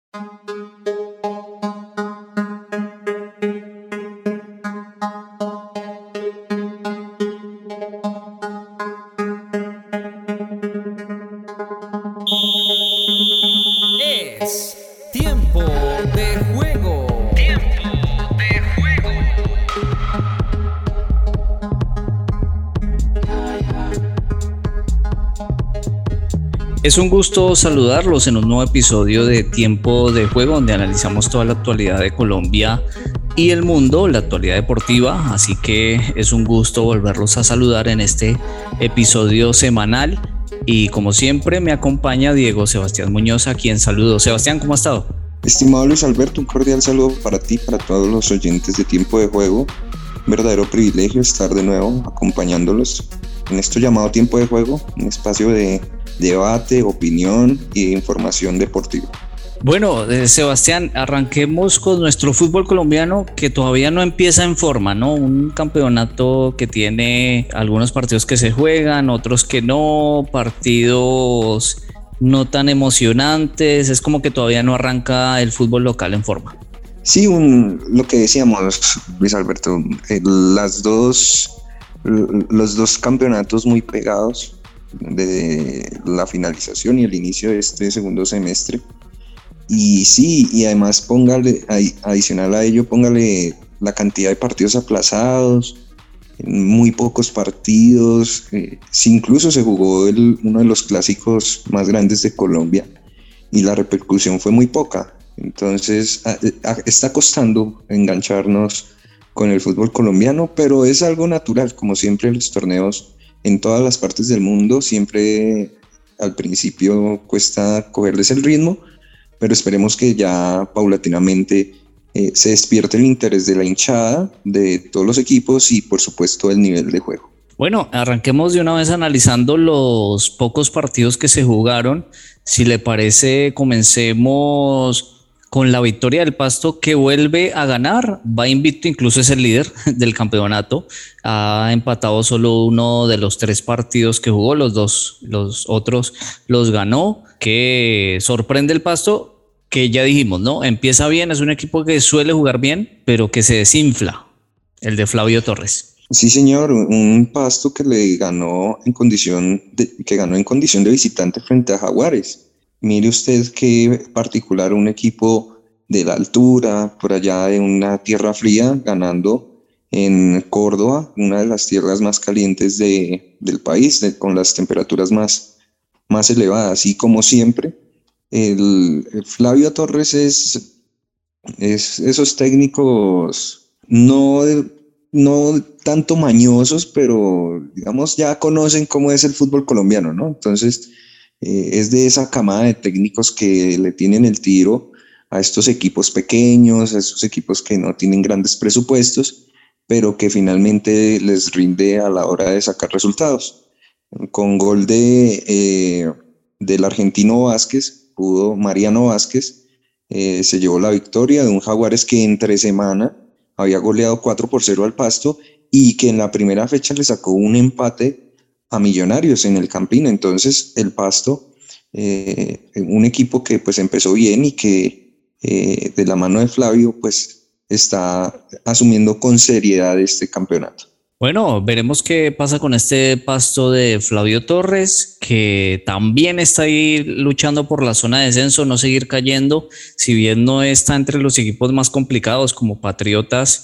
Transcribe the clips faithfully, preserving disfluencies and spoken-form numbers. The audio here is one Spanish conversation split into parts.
Es tiempo de juego. Tiempo de juego. Es un gusto saludarlos en un nuevo episodio de Tiempo de Juego, donde analizamos toda la actualidad de Colombia y el mundo, la actualidad deportiva. Así que es un gusto volverlos a saludar en este episodio semanal. Y como siempre me acompaña Diego Sebastián Muñoz, a quien saludo. Sebastián, ¿cómo ha estado? Estimado Luis Alberto, un cordial saludo para ti, para todos los oyentes de Tiempo de Juego. Un verdadero privilegio estar de nuevo acompañándolos en esto llamado Tiempo de Juego, un espacio de debate, opinión y de información deportiva. Bueno, eh, Sebastián, arranquemos con nuestro fútbol colombiano, que todavía no empieza en forma, ¿no? Un campeonato que tiene algunos partidos que se juegan, otros que no, partidos no tan emocionantes. Es como que todavía no arranca el fútbol local en forma. Sí, un, lo que decíamos, Luis Alberto, eh, las dos, los dos campeonatos muy pegados de la finalización y el inicio de este segundo semestre. Y sí, y además póngale, adicional a ello, póngale la cantidad de partidos aplazados, muy pocos partidos, eh, si incluso se jugó el, uno de los clásicos más grandes de Colombia y la repercusión fue muy poca. Entonces a, a, está costando engancharnos con el fútbol colombiano, pero es algo natural, como siempre los torneos en todas las partes del mundo, siempre al principio cuesta cogerles el ritmo, pero esperemos que ya paulatinamente eh, se despierte el interés de la hinchada, de todos los equipos y por supuesto el nivel de juego. Bueno, arranquemos de una vez analizando los pocos partidos que se jugaron. Si le parece, comencemos con la victoria del Pasto, que vuelve a ganar, va invicto, incluso es el líder del campeonato, ha empatado solo uno de los tres partidos que jugó, los dos, los otros los ganó. Que sorprende el Pasto, que ya dijimos, ¿no? Empieza bien, es un equipo que suele jugar bien, pero que se desinfla, el de Flavio Torres. Sí, señor, un Pasto que le ganó en condición de, que ganó en condición de visitante frente a Jaguares. Mire usted qué particular, un equipo de la altura, por allá de una tierra fría, ganando en Córdoba, una de las tierras más calientes de, del país, de, con las temperaturas más, más elevadas. Y como siempre, el, el Flavio Torres es, es esos técnicos no, no tanto mañosos, pero digamos ya conocen cómo es el fútbol colombiano, ¿no? Entonces eh, es de esa camada de técnicos que le tienen el tiro a estos equipos pequeños, a estos equipos que no tienen grandes presupuestos, pero que finalmente les rinde a la hora de sacar resultados. Con gol de, eh, del argentino Vázquez, pudo Mariano Vázquez, eh, se llevó la victoria de un Jaguares que entre semana había goleado cuatro por cero al Pasto y que en la primera fecha le sacó un empate a Millonarios en el Campín. Entonces el Pasto, eh, un equipo que pues empezó bien y que eh, de la mano de Flavio pues está asumiendo con seriedad este campeonato. Bueno, veremos qué pasa con este Pasto de Flavio Torres, que también está ahí luchando por la zona de descenso, no seguir cayendo, si bien no está entre los equipos más complicados como Patriotas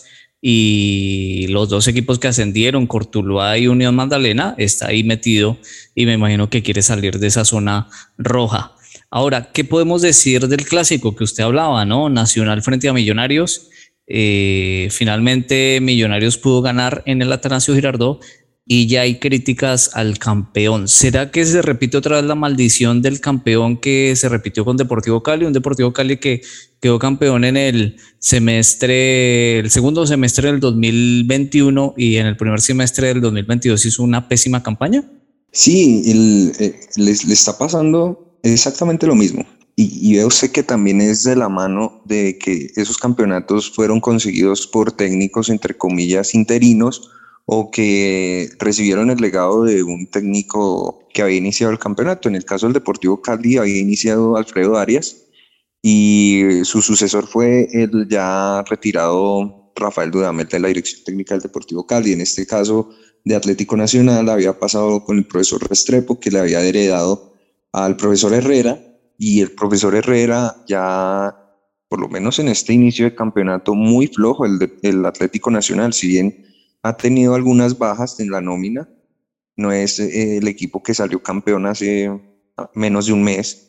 y los dos equipos que ascendieron, Cortuluá y Unión Magdalena, está ahí metido y me imagino que quiere salir de esa zona roja. Ahora, ¿qué podemos decir del clásico que usted hablaba, ¿no? Nacional frente a Millonarios. Eh, finalmente Millonarios pudo ganar en el Atanasio Girardot y ya hay críticas al campeón. ¿Será que se repite otra vez la maldición del campeón que se repitió con Deportivo Cali? Un Deportivo Cali que quedó campeón en el semestre, el segundo semestre del dos mil veintiuno y en el primer semestre del dos mil veintidós hizo una pésima campaña. Sí, el, eh, le, le está pasando exactamente lo mismo. Y, y veo sé que también es de la mano de que esos campeonatos fueron conseguidos por técnicos, entre comillas, interinos, o que recibieron el legado de un técnico que había iniciado el campeonato. En el caso del Deportivo Cali había iniciado Alfredo Arias y su sucesor fue el ya retirado Rafael Dudamel de la Dirección Técnica del Deportivo Cali. En este caso de Atlético Nacional había pasado con el profesor Restrepo, que le había heredado al profesor Herrera, y el profesor Herrera ya, por lo menos en este inicio de campeonato, muy flojo el, de, el Atlético Nacional, si bien ha tenido algunas bajas en la nómina, no es eh, el equipo que salió campeón hace menos de un mes,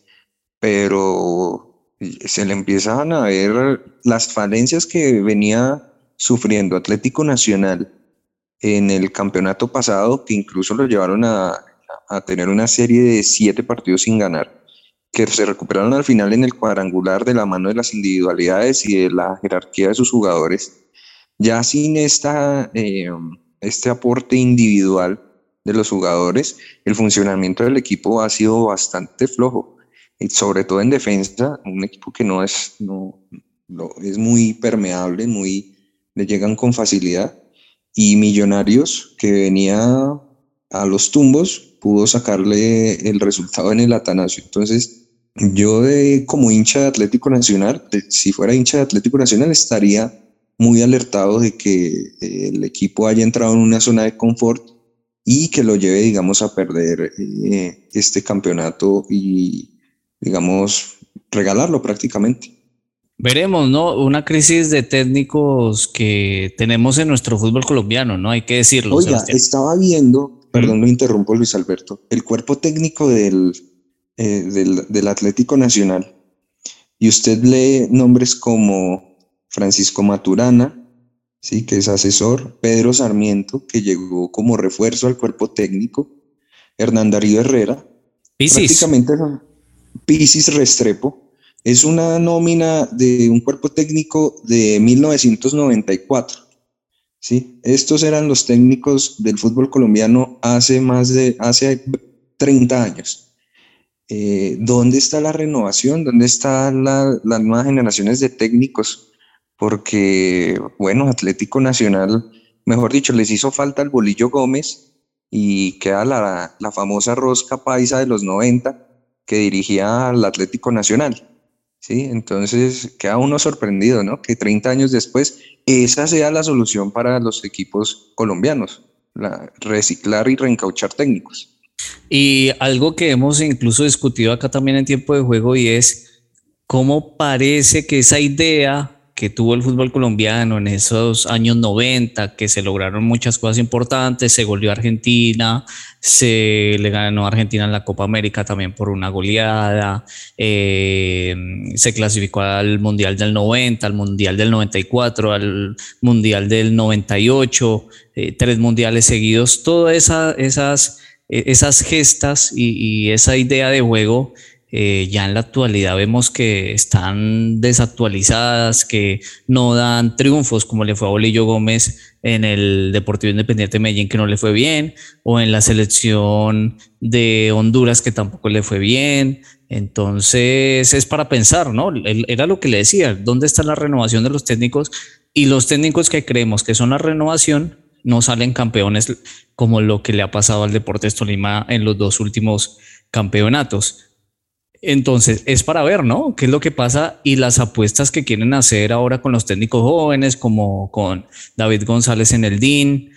pero se le empiezan a ver las falencias que venía sufriendo Atlético Nacional en el campeonato pasado, que incluso lo llevaron a, a tener una serie de siete partidos sin ganar, que se recuperaron al final en el cuadrangular de la mano de las individualidades y de la jerarquía de sus jugadores. Ya sin esta, eh, este aporte individual de los jugadores, el funcionamiento del equipo ha sido bastante flojo, y sobre todo en defensa, un equipo que no es, no, no, es muy permeable, muy, le llegan con facilidad, y Millonarios, que venía a los tumbos, pudo sacarle el resultado en el Atanasio. Entonces, yo de, como hincha de Atlético Nacional, de, si fuera hincha de Atlético Nacional, estaría muy alertado de que eh, el equipo haya entrado en una zona de confort y que lo lleve, digamos, a perder eh, este campeonato y, digamos, regalarlo prácticamente. Veremos, ¿no? Una crisis de técnicos que tenemos en nuestro fútbol colombiano, ¿no? Hay que decirlo, Oiga, Sebastián. estaba viendo, ¿Mm? perdón, lo interrumpo, Luis Alberto, el cuerpo técnico del, eh, del, del Atlético Nacional, y usted lee nombres como Francisco Maturana, sí, que es asesor, Pedro Sarmiento, que llegó como refuerzo al cuerpo técnico, Hernán Darío Herrera, Pisis. prácticamente Pisis Restrepo. Es una nómina de un cuerpo técnico de mil novecientos noventa y cuatro. ¿Sí? Estos eran los técnicos del fútbol colombiano hace más de hace treinta años. Eh, ¿Dónde está la renovación? ¿Dónde están la, las nuevas generaciones de técnicos? Porque, bueno, Atlético Nacional, mejor dicho, les hizo falta el Bolillo Gómez y queda la, la famosa rosca paisa de los noventa que dirigía al Atlético Nacional. ¿Sí? Entonces queda uno sorprendido, ¿no? Que treinta años después esa sea la solución para los equipos colombianos, la, reciclar y reencauchar técnicos. Y algo que hemos incluso discutido acá también en tiempo de juego y es cómo parece que esa idea que tuvo el fútbol colombiano en esos años noventa, que se lograron muchas cosas importantes, se goleó a Argentina, se le ganó a Argentina en la Copa América también por una goleada, eh, se clasificó al Mundial del noventa, al Mundial del noventa y cuatro, al Mundial del noventa y ocho, eh, tres mundiales seguidos, todas esa, esas esas gestas y, y, esa idea de juego eh, ya en la actualidad vemos que están desactualizadas, que no dan triunfos como le fue a Bolillo Gómez en el Deportivo Independiente de Medellín, que no le fue bien, o en la selección de Honduras, que tampoco le fue bien. Entonces es para pensar, ¿no? Era lo que le decía, ¿dónde está la renovación de los técnicos? Y los técnicos que creemos que son la renovación no salen campeones como lo que le ha pasado al Deportes Tolima en los dos últimos campeonatos. Entonces, es para ver, ¿no? ¿Qué es lo que pasa? Y las apuestas que quieren hacer ahora con los técnicos jóvenes, como con David González en el D I N,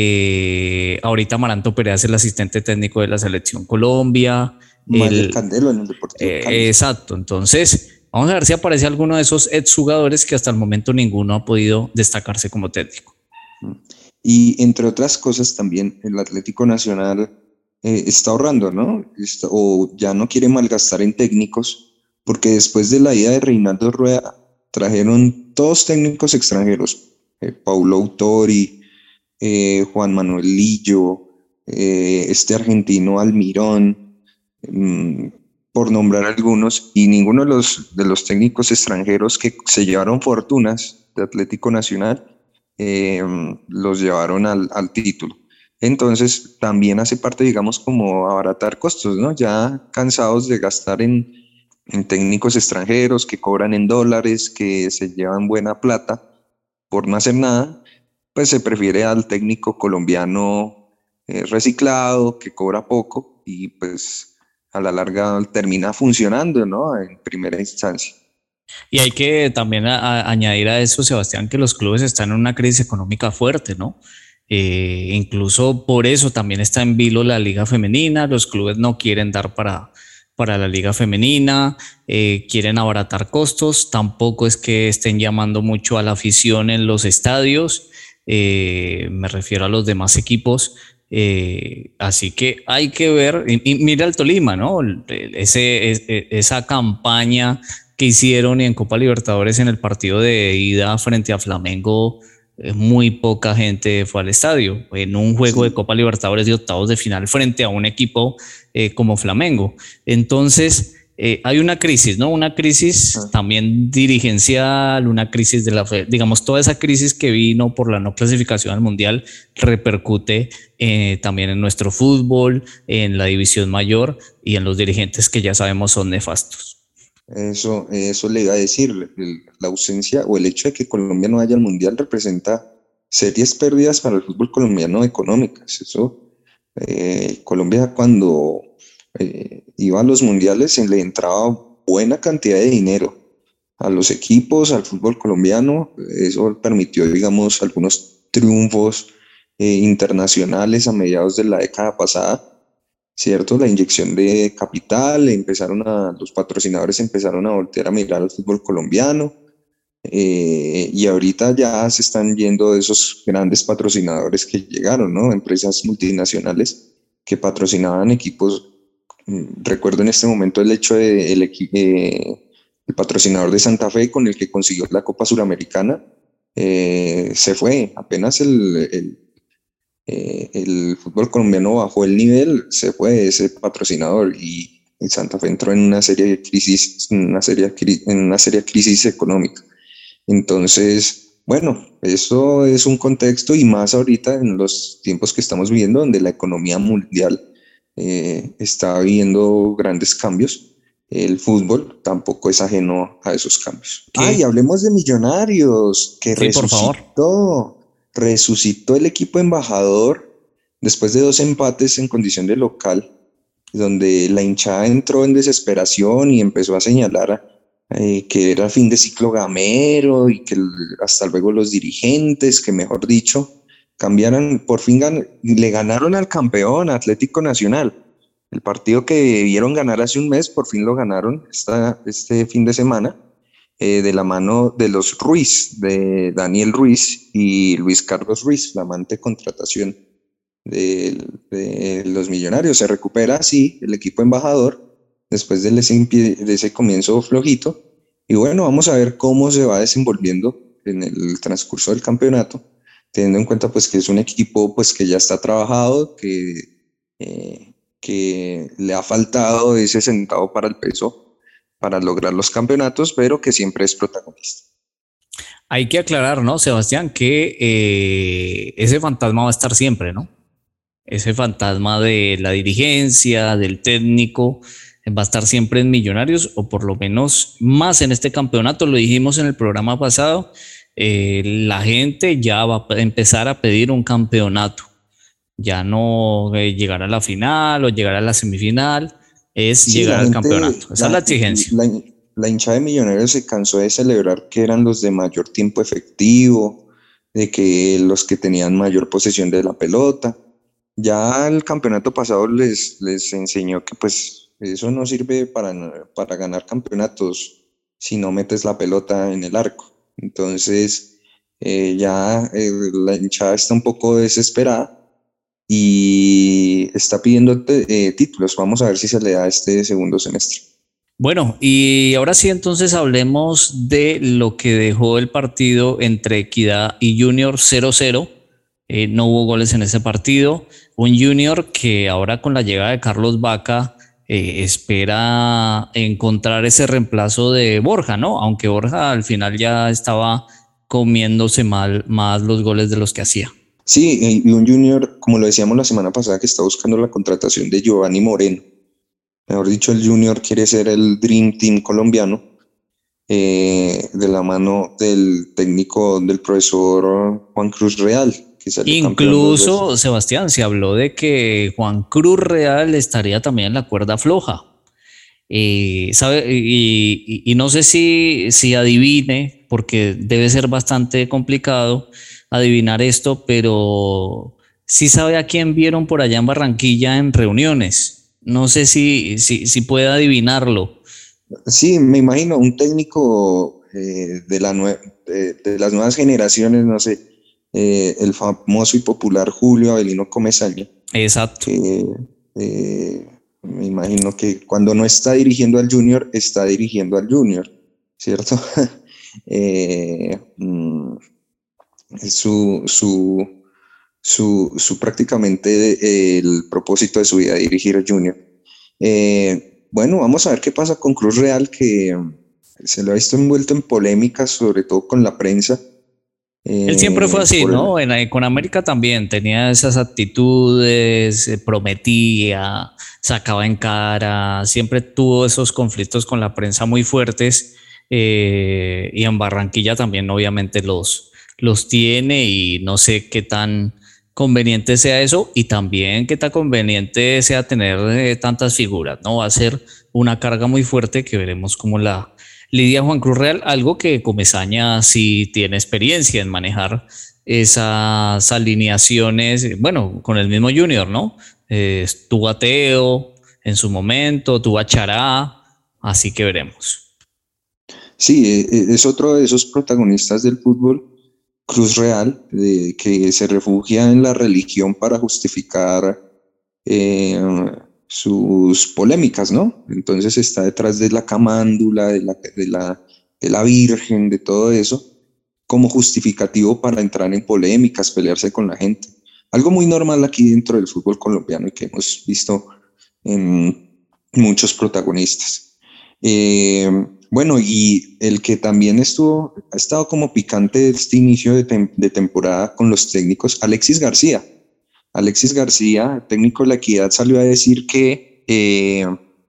eh, ahorita Amaranto Perea es el asistente técnico de la Selección Colombia. Mayer El, Candelo en el Deportivo Cali. Eh, exacto, entonces vamos a ver si aparece alguno de esos exjugadores que hasta el momento ninguno ha podido destacarse como técnico. Y entre otras cosas también el Atlético Nacional eh, está ahorrando, ¿no? Está, o ya no quiere malgastar en técnicos, porque después de la ida de Reinaldo Rueda trajeron todos técnicos extranjeros, eh, Paulo Autori, eh, Juan Manuel Lillo, eh, este argentino Almirón, mmm, por nombrar algunos, y ninguno de los, de los técnicos extranjeros que se llevaron fortunas de Atlético Nacional eh, los llevaron al, al título. Entonces también hace parte, digamos, como abaratar costos, ¿no? Ya cansados de gastar en, en técnicos extranjeros que cobran en dólares, que se llevan buena plata por no hacer nada, pues se prefiere al técnico colombiano eh, reciclado, que cobra poco y pues a la larga termina funcionando, ¿no? En primera instancia. Y hay que también a, a añadir a eso, Sebastián, que los clubes están en una crisis económica fuerte, ¿no? Eh, incluso por eso también está en vilo la liga femenina, los clubes no quieren dar para, para la liga femenina, eh, quieren abaratar costos, tampoco es que estén llamando mucho a la afición en los estadios, eh, me refiero a los demás equipos, eh, así que hay que ver, y, y mira el Tolima, ¿no? Ese, ese, esa campaña que hicieron y en Copa Libertadores en el partido de ida frente a Flamengo, eh, muy poca gente fue al estadio en un juego de Sí. Copa Libertadores de octavos de final frente a un equipo eh, como Flamengo. Entonces, eh, hay una crisis, ¿no? Una crisis Ah. también dirigencial, una crisis de la fe, digamos, toda esa crisis que vino por la no clasificación al Mundial repercute eh, también en nuestro fútbol, en la división mayor y en los dirigentes que ya sabemos son nefastos. Eso, eso le iba a decir, el- la ausencia o el hecho de que Colombia no vaya al Mundial representa serias pérdidas para el fútbol colombiano económicas. Eso, eh, Colombia cuando eh, iba a los mundiales se le entraba buena cantidad de dinero a los equipos, al fútbol colombiano. Eso permitió, digamos, algunos triunfos eh, internacionales a mediados de la década pasada, ¿cierto? La inyección de capital, empezaron a, los patrocinadores empezaron a voltear a mirar al fútbol colombiano, eh, y ahorita ya se están yendo de esos grandes patrocinadores que llegaron, ¿no? Empresas multinacionales que patrocinaban equipos. Mm, Recuerdo en este momento el hecho de el, equi- eh, el patrocinador de Santa Fe con el que consiguió la Copa Suramericana, eh, se fue. Apenas el, el eh, el fútbol colombiano bajó el nivel, se fue ese patrocinador y el Santa Fe entró en una serie de crisis, en una serie, en una serie crisis económica. Entonces, bueno, eso es un contexto y más ahorita en los tiempos que estamos viviendo, donde la economía mundial eh, está viviendo grandes cambios. El fútbol tampoco es ajeno a esos cambios. Ah, y ¿Qué? hablemos de Millonarios, que Sí, por favor. resucitó, resucitó el equipo embajador después de dos empates en condición de local, donde la hinchada entró en desesperación y empezó a señalar eh, que era fin de ciclo gamero y que el- hasta luego los dirigentes, que mejor dicho, cambiaran, por fin gan- le ganaron al campeón Atlético Nacional. El partido que debieron ganar hace un mes, por fin lo ganaron esta, este fin de semana, eh, de la mano de los Ruiz, de Daniel Ruiz y Luis Carlos Ruiz, flamante contratación de, de los Millonarios. Se recupera así el equipo embajador después de ese, de ese comienzo flojito. Y bueno, vamos a ver cómo se va desenvolviendo en el transcurso del campeonato, teniendo en cuenta pues que es un equipo pues que ya está trabajado, que, eh, que le ha faltado ese centavo para el peso para lograr los campeonatos, pero que siempre es protagonista. Hay que aclarar, ¿no, Sebastián? Que eh, ese fantasma va a estar siempre, ¿no? Ese fantasma de la dirigencia, del técnico, va a estar siempre en Millonarios, o por lo menos más en este campeonato. Lo dijimos en el programa pasado, eh, la gente ya va a empezar a pedir un campeonato. Ya no eh, llegar a la final o llegar a la semifinal, es Sí, llegar la al campeonato. gente, Esa es la la, exigencia. la, la hinchada de Millonarios se cansó de celebrar que eran los de mayor tiempo efectivo, de que los que tenían mayor posesión de la pelota. Ya el campeonato pasado les, les enseñó que pues eso no sirve para, para ganar campeonatos si no metes la pelota en el arco. Entonces, eh, ya eh, la hinchada está un poco desesperada y está pidiendo eh, títulos. Vamos a ver si se le da este segundo semestre. Bueno, y ahora sí, entonces hablemos de lo que dejó el partido entre Equidad y Junior cero cero. Eh, no hubo goles en ese partido. Un Junior que ahora con la llegada de Carlos Vaca eh, espera encontrar ese reemplazo de Borja, ¿no? Aunque Borja al final ya estaba comiéndose mal más los goles de los que hacía. Sí, y un Junior, como lo decíamos la semana pasada, que está buscando la contratación de Giovanni Moreno. Mejor dicho, el Junior quiere ser el Dream Team colombiano, eh, de la mano del técnico del profesor Juan Cruz Real, que salió campeón dos Incluso, veces. Sebastián, se habló de que Juan Cruz Real estaría también en la cuerda floja. Eh, sabe, y, y- y no sé si, si adivine, porque debe ser bastante complicado adivinar esto, pero sí sabe a quién vieron por allá en Barranquilla en reuniones. No sé si, si, si puede adivinarlo. Sí, me imagino un técnico eh, de, la nue- de, de las nuevas generaciones, no sé, eh, el famoso y popular Julio Avelino Comesaña, Exacto. que eh, me imagino que cuando no está dirigiendo al Junior, está dirigiendo al Junior, ¿cierto? Eh, mm, su, su, su, su prácticamente eh, el propósito de su vida, dirigir al Junior. Eh, bueno, vamos a ver qué pasa con Cruz Real, que mm, se lo ha visto envuelto en polémicas, sobre todo con la prensa, Él siempre fue eh, así, por el... ¿no? En, eh, con América también tenía esas actitudes, eh, prometía, sacaba en cara, siempre tuvo esos conflictos con la prensa muy fuertes, eh, y en Barranquilla también obviamente los, los tiene y no sé qué tan conveniente sea eso y también qué tan conveniente sea tener eh, tantas figuras, ¿no? Va a ser una carga muy fuerte que veremos cómo la lidia Juan Cruz Real, algo que Comesaña sí tiene experiencia en manejar esas alineaciones, bueno, con el mismo Junior, ¿no? Eh, tuvo a Teo en su momento, tuvo a Chará, así que veremos. Sí, eh, eh, es otro de esos protagonistas del fútbol, Cruz Real, de, que se refugia en la religión para justificar eh, sus polémicas, ¿no? Entonces está detrás de la camándula, de la, de la, de la Virgen, de todo eso, como justificativo para entrar en polémicas, pelearse con la gente. Algo muy normal aquí dentro del fútbol colombiano y que hemos visto en muchos protagonistas. Eh, bueno, y el que también estuvo, ha estado como picante este inicio de, tem de temporada con los técnicos, Alexis García. Alexis García, técnico de la Equidad, salió a decir que, eh,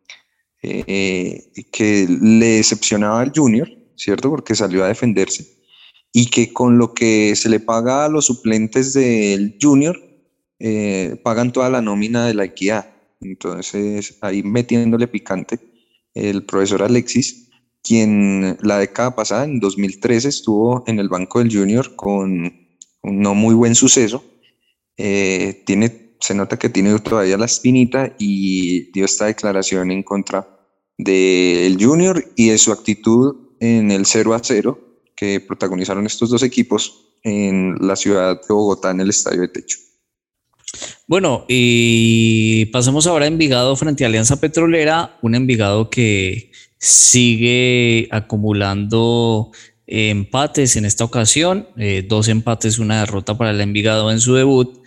eh, que le decepcionaba al Junior, ¿cierto? Porque salió a defenderse y que con lo que se le paga a los suplentes del Junior, eh, pagan toda la nómina de la Equidad. Entonces, ahí metiéndole picante, el profesor Alexis, quien la década pasada, en dos mil trece, estuvo en el banco del Junior con un no muy buen suceso, eh, tiene, se nota que tiene todavía la espinita y dio esta declaración en contra del Junior y de su actitud en el cero a cero que protagonizaron estos dos equipos en la ciudad de Bogotá en el Estadio de Techo. Bueno, y pasemos ahora a Envigado frente a Alianza Petrolera, un Envigado que sigue acumulando eh, empates en esta ocasión, eh, dos empates, una derrota para el Envigado en su debut,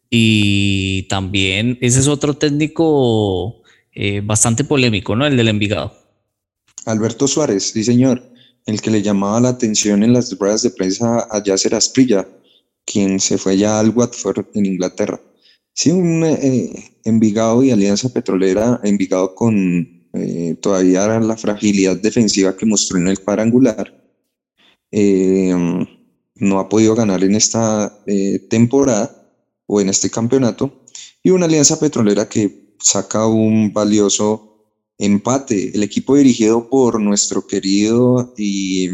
y también ese es otro técnico eh, bastante polémico, ¿no? El del Envigado. Alberto Suárez, sí señor, el que le llamaba la atención en las ruedas de prensa a Yasser Asprilla, quien se fue ya al Watford en Inglaterra. Sí, un eh, Envigado y Alianza Petrolera, Envigado con eh, todavía la fragilidad defensiva que mostró en el cuadrangular, eh, no ha podido ganar en esta eh, temporada o en este campeonato, y una Alianza Petrolera que saca un valioso empate. El equipo dirigido por nuestro querido y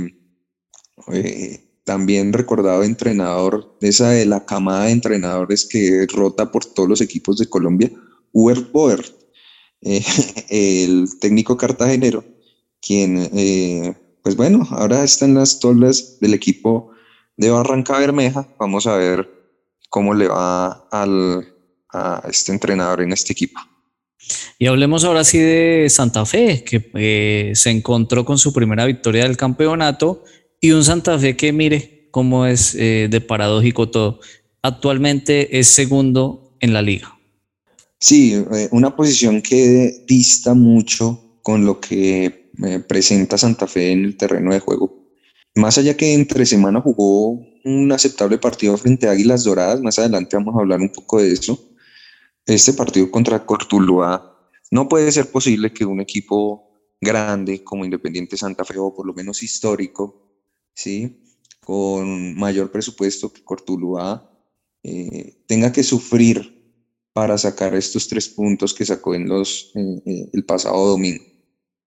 eh, también recordado entrenador, de esa de la camada de entrenadores que rota por todos los equipos de Colombia, Hubert Boer, eh, el técnico cartagenero, quien, eh, pues bueno, ahora está en las tablas del equipo de Barranca Bermeja. Vamos a ver cómo le va al, a este entrenador en este equipo. Y hablemos ahora sí de Santa Fe, que eh, se encontró con su primera victoria del campeonato y un Santa Fe que mire cómo es eh, de paradójico todo. Actualmente es segundo en la liga. Sí, eh, una posición que dista mucho con lo que eh, presenta Santa Fe en el terreno de juego. Más allá que entre semana jugó un aceptable partido frente a Águilas Doradas, más adelante vamos a hablar un poco de eso. Este partido contra Cortuluá, no puede ser posible que un equipo grande como Independiente Santa Fe, o por lo menos histórico, ¿sí? Con mayor presupuesto que Cortuluá, eh, tenga que sufrir para sacar estos tres puntos que sacó en los, eh, eh, el pasado domingo.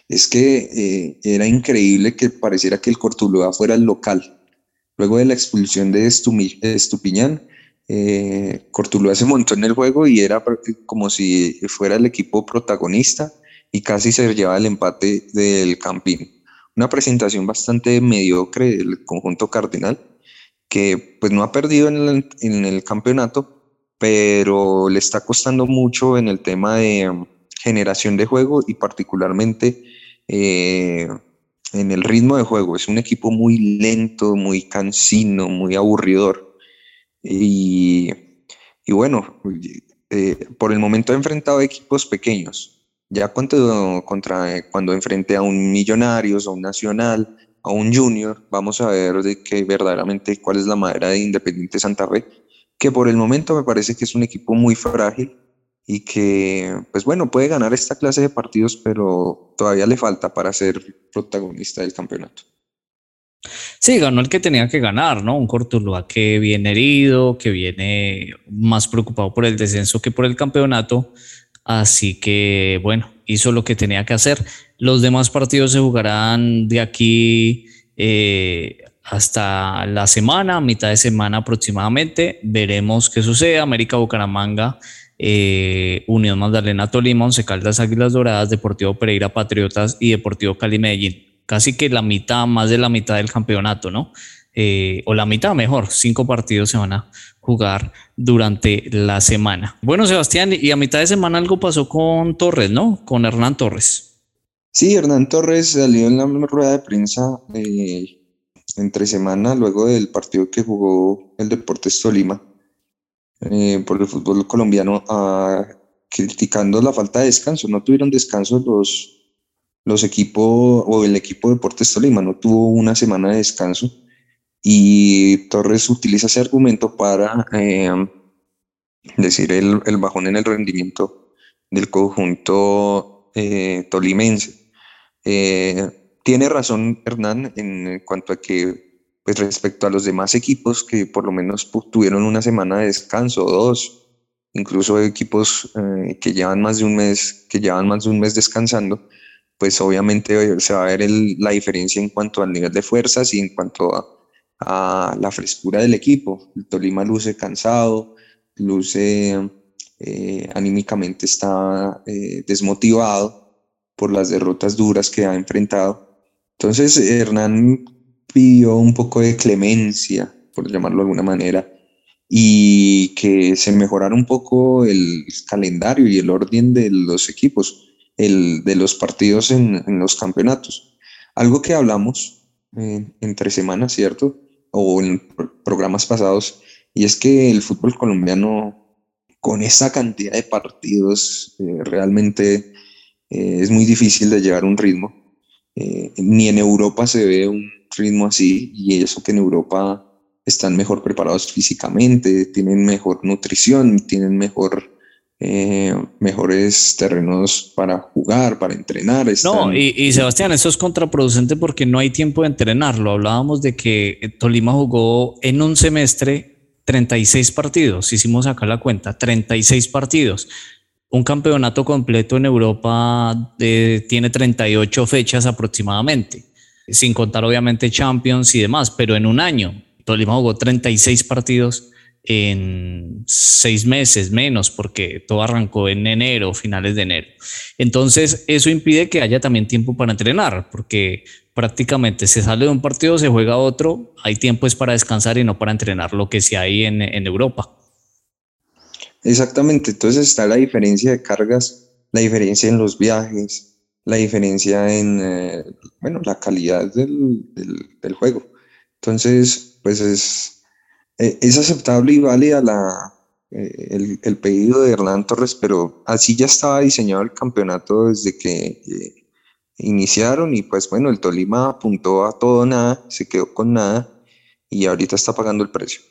es que eh, era increíble que pareciera que el Cortuluá fuera el local. Luego de la expulsión de Estumi- Estupiñán, eh, Cortuluá se montó en el juego y era como si fuera el equipo protagonista y casi se llevaba el empate del Campín. Una presentación bastante mediocre del conjunto cardenal, que pues no ha perdido en el, en el campeonato, pero le está costando mucho en el tema de um, generación de juego y particularmente eh, en el ritmo de juego. Es un equipo muy lento, muy cansino, muy aburridor. Y, y bueno, eh, por el momento ha enfrentado equipos pequeños. Ya cuando, contra, cuando enfrente a un Millonarios, a un Nacional, a un Junior, vamos a ver de qué verdaderamente cuál es la madera de Independiente Santa Fe, que por el momento me parece que es un equipo muy frágil y que, pues bueno, puede ganar esta clase de partidos, pero todavía le falta para ser protagonista del campeonato. Sí, ganó el que tenía que ganar, ¿no? Un Cortuluá que viene herido, que viene más preocupado por el descenso que por el campeonato. Así que, bueno, hizo lo que tenía que hacer. Los demás partidos se jugarán de aquí eh, hasta la semana, mitad de semana aproximadamente. Veremos qué sucede. América Bucaramanga, eh, Unión Magdalena Tolima, Once Caldas Águilas Doradas, Deportivo Pereira Patriotas y Deportivo Cali Medellín. Casi que la mitad, más de la mitad del campeonato, ¿no? Eh, o la mitad mejor, cinco partidos se van a jugar durante la semana. Bueno, Sebastián, y a mitad de semana algo pasó con Torres, ¿no? Con Hernán Torres. Sí, Hernán Torres salió en la rueda de prensa eh, entre semana, luego del partido que jugó el Deportes Tolima eh, por el fútbol colombiano, ah, criticando la falta de descanso. No tuvieron descanso los, los equipos, o el equipo Deportes Tolima, no tuvo una semana de descanso. Y Torres utiliza ese argumento para eh, decir el, el bajón en el rendimiento del conjunto eh, tolimense. Eh, tiene razón Hernán en cuanto a que, pues respecto a los demás equipos que por lo menos pues, tuvieron una semana de descanso o dos, incluso equipos eh, que llevan más de un mes, que llevan más de un mes descansando, pues obviamente se va a ver el, la diferencia en cuanto al nivel de fuerzas y en cuanto a, a la frescura del equipo. El Tolima luce cansado, luce eh, anímicamente está eh, desmotivado por las derrotas duras que ha enfrentado. Entonces Hernán pidió un poco de clemencia, por llamarlo de alguna manera, y que se mejorara un poco el calendario y el orden de los equipos, el, de los partidos en, en los campeonatos. Algo que hablamos eh, entre semanas, ¿cierto? O en programas pasados, y es que el fútbol colombiano, con esa cantidad de partidos, eh, realmente eh, es muy difícil de llevar un ritmo. Eh, ni en Europa se ve un ritmo así, y eso que en Europa están mejor preparados físicamente, tienen mejor nutrición, tienen mejor, eh, mejores terrenos para jugar, para entrenar. No, Están, y, y Sebastián, eso es contraproducente porque no hay tiempo de entrenarlo. Hablábamos de que Tolima jugó en un semestre treinta y seis partidos, hicimos acá la cuenta, treinta y seis partidos. Un campeonato completo en Europa eh, tiene treinta y ocho fechas aproximadamente, sin contar obviamente Champions y demás, pero en un año Tolima jugó treinta y seis partidos en seis meses menos, porque todo arrancó en enero, finales de enero. Entonces, eso impide que haya también tiempo para entrenar, porque prácticamente se sale de un partido, se juega otro, hay tiempo es para descansar y no para entrenar, lo que sí hay en, en Europa. exactamente, entonces está la diferencia de cargas, la diferencia en los viajes, la diferencia en, eh, bueno, la calidad del, del, del juego. Entonces, pues es, eh, es aceptable y válida la, eh, el, el pedido de Hernán Torres, pero así ya estaba diseñado el campeonato desde que eh, iniciaron y pues bueno, el Tolima apuntó a todo o nada, se quedó con nada y ahorita está pagando el precio.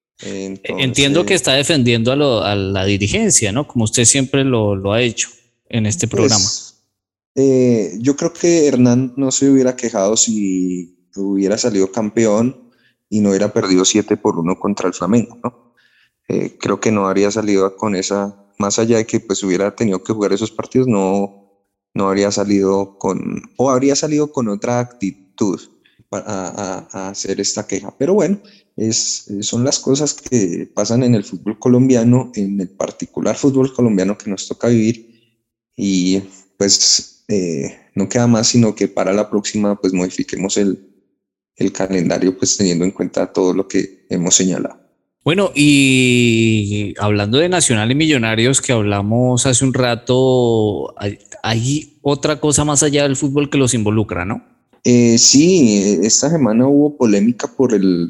Entiendo que Entonces, está defendiendo a, lo, a la dirigencia, ¿no? Como usted siempre lo, lo ha hecho en este programa. pues eh, yo creo que Hernán no se hubiera quejado si hubiera salido campeón y no hubiera perdido siete por uno contra el Flamengo, ¿no? Eh, creo que no habría salido con esa, más allá de que pues hubiera tenido que jugar esos partidos, no, no habría salido con, o habría salido con otra actitud para, a, a hacer esta queja. Pero bueno, es, son las cosas que pasan en el fútbol colombiano, en el particular fútbol colombiano que nos toca vivir, y pues eh, no queda más sino que para la próxima pues modifiquemos el, el calendario, pues teniendo en cuenta todo lo que hemos señalado. Bueno, y hablando de Nacional y Millonarios que hablamos hace un rato, hay, hay otra cosa más allá del fútbol que los involucra, ¿no? Eh, sí, esta semana hubo polémica por el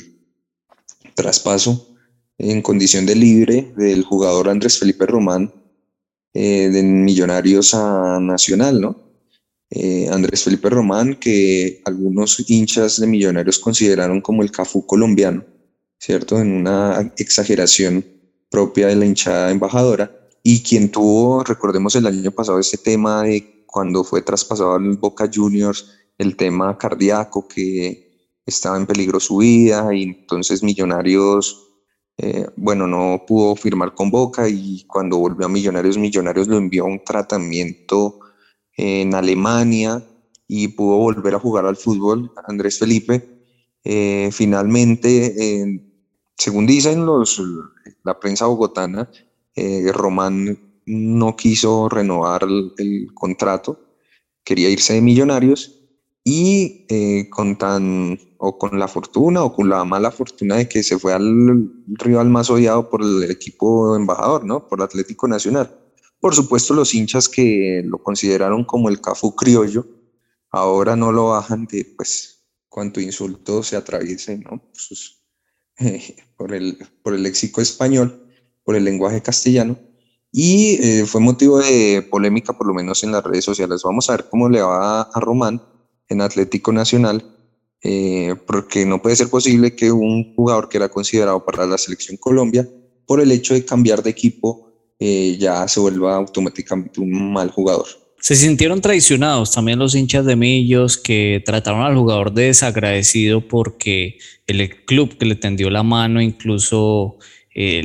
traspaso en condición de libre del jugador Andrés Felipe Román eh, de Millonarios a Nacional, ¿no? Eh, Andrés Felipe Román, que algunos hinchas de Millonarios consideraron como el Cafú colombiano, ¿cierto? En una exageración propia de la hinchada embajadora, y quien tuvo, recordemos el año pasado, ese tema de cuando fue traspasado al Boca Juniors, el tema cardíaco, que estaba en peligro su vida, y entonces Millonarios, eh, bueno, no pudo firmar con Boca, y cuando volvió a Millonarios, Millonarios lo envió a un tratamiento en Alemania y pudo volver a jugar al fútbol. Andrés Felipe, eh, finalmente, eh, según dicen los, la prensa bogotana, eh, Román no quiso renovar el, el contrato, quería irse de Millonarios, y eh, con tan o con la fortuna o con la mala fortuna de que se fue al rival más odiado por el equipo embajador, ¿no? Por Atlético Nacional. Por supuesto, los hinchas que lo consideraron como el Cafú criollo, ahora no lo bajan de, pues, cuánto insulto se atraviese, ¿no? Pues, eh, por el, por el léxico español, por el lenguaje castellano, y eh, fue motivo de polémica, por lo menos en las redes sociales. Vamos a ver cómo le va a Román en Atlético Nacional, eh, porque no puede ser posible que un jugador que era considerado para la selección Colombia, por el hecho de cambiar de equipo, eh, ya se vuelva automáticamente un mal jugador. Se sintieron traicionados también los hinchas de Millos, que trataron al jugador de desagradecido porque el club que le tendió la mano incluso eh,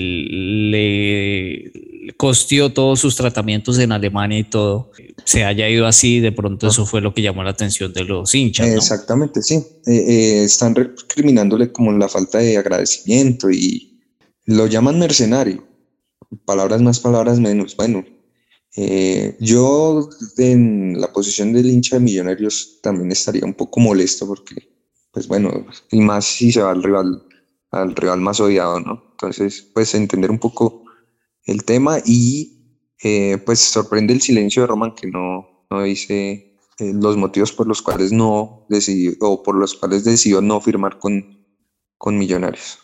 le costeó todos sus tratamientos en Alemania y todo, se haya ido así. De pronto eso fue lo que llamó la atención de los hinchas, ¿no? Exactamente, sí. Eh, eh, están recriminándole como la falta de agradecimiento y lo llaman mercenario. Palabras más, palabras menos. Bueno, eh, yo en la posición del hincha de Millonarios también estaría un poco molesto porque, pues bueno, y más si se va al rival, al rival más odiado, ¿no? Entonces, pues entender un poco el tema, y eh, pues sorprende el silencio de Román, que no, no dice eh, los motivos por los cuales no decidió, o por los cuales decidió no firmar con, con Millonarios.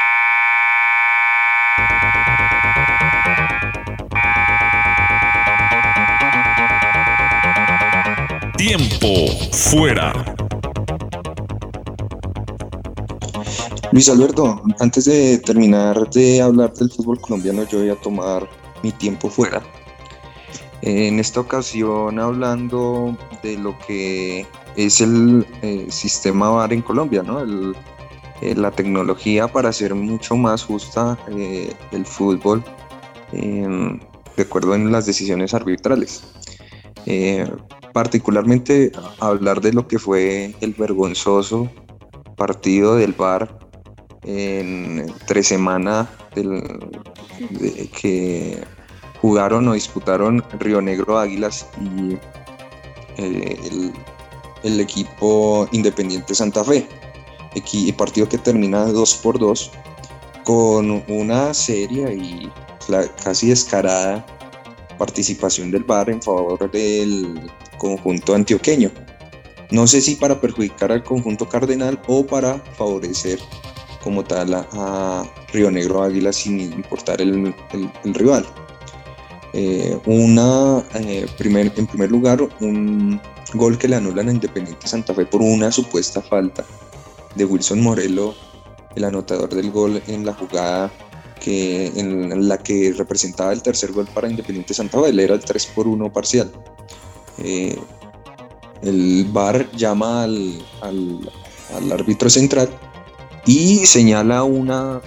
Tiempo fuera. Luis Alberto, antes de terminar de hablar del fútbol colombiano, yo voy a tomar mi tiempo fuera. En esta ocasión hablando de lo que es el eh, sistema V A R en Colombia, ¿no? El, eh, la tecnología para hacer mucho más justa eh, el fútbol, eh, de acuerdo en las decisiones arbitrales. Eh, particularmente hablar de lo que fue el vergonzoso partido del V A R en entre semana del, de, que jugaron o disputaron Río Negro Águilas y eh, el, el equipo Independiente Santa Fe, el partido que termina dos por dos con una seria y casi descarada participación del V A R en favor del conjunto antioqueño. No sé si para perjudicar al conjunto cardenal o para favorecer como tal a, a Río Negro Águila, sin importar el, el, el rival. Eh, una, eh, primer, en primer lugar, un gol que le anulan a Independiente Santa Fe por una supuesta falta de Wilson Morelo, el anotador del gol en la jugada que, en la que representaba el tercer gol para Independiente Santa Fe. Era el tres por uno parcial. Eh, el V A R llama al, al, al árbitro central y señala una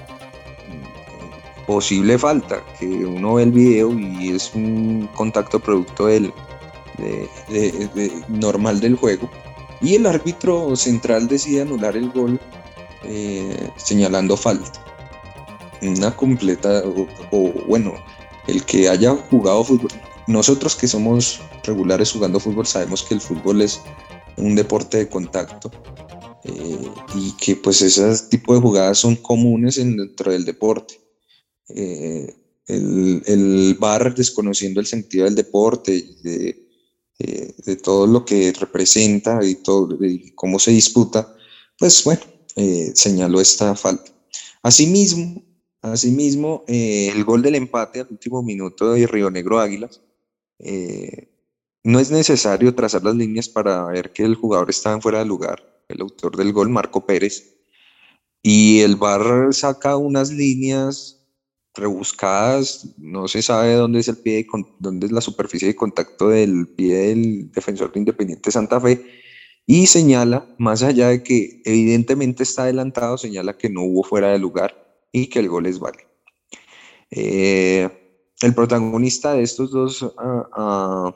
posible falta, que uno ve el video y es un contacto producto del, de, de, de normal del juego, y el árbitro central decide anular el gol eh, señalando falta. Una completa, o, o bueno, el que haya jugado fútbol, nosotros que somos regulares jugando fútbol sabemos que el fútbol es un deporte de contacto, eh, y que pues ese tipo de jugadas son comunes en, dentro del deporte. Eh, el, el V A R, desconociendo el sentido del deporte y de, eh, de todo lo que representa y, todo, y cómo se disputa, pues bueno, eh, señaló esta falta. Asimismo, asimismo eh, el gol del empate al último minuto de Río Negro Águilas, eh, no es necesario trazar las líneas para ver que el jugador estaba en fuera de lugar, el autor del gol, Marco Pérez, y el V A R saca unas líneas rebuscadas, no se sabe dónde es el pie de, dónde es la superficie de contacto del pie del defensor de Independiente Santa Fe, y señala, más allá de que evidentemente está adelantado, señala que no hubo fuera de lugar y que el gol es válido. Eh, el protagonista de estos dos uh, uh,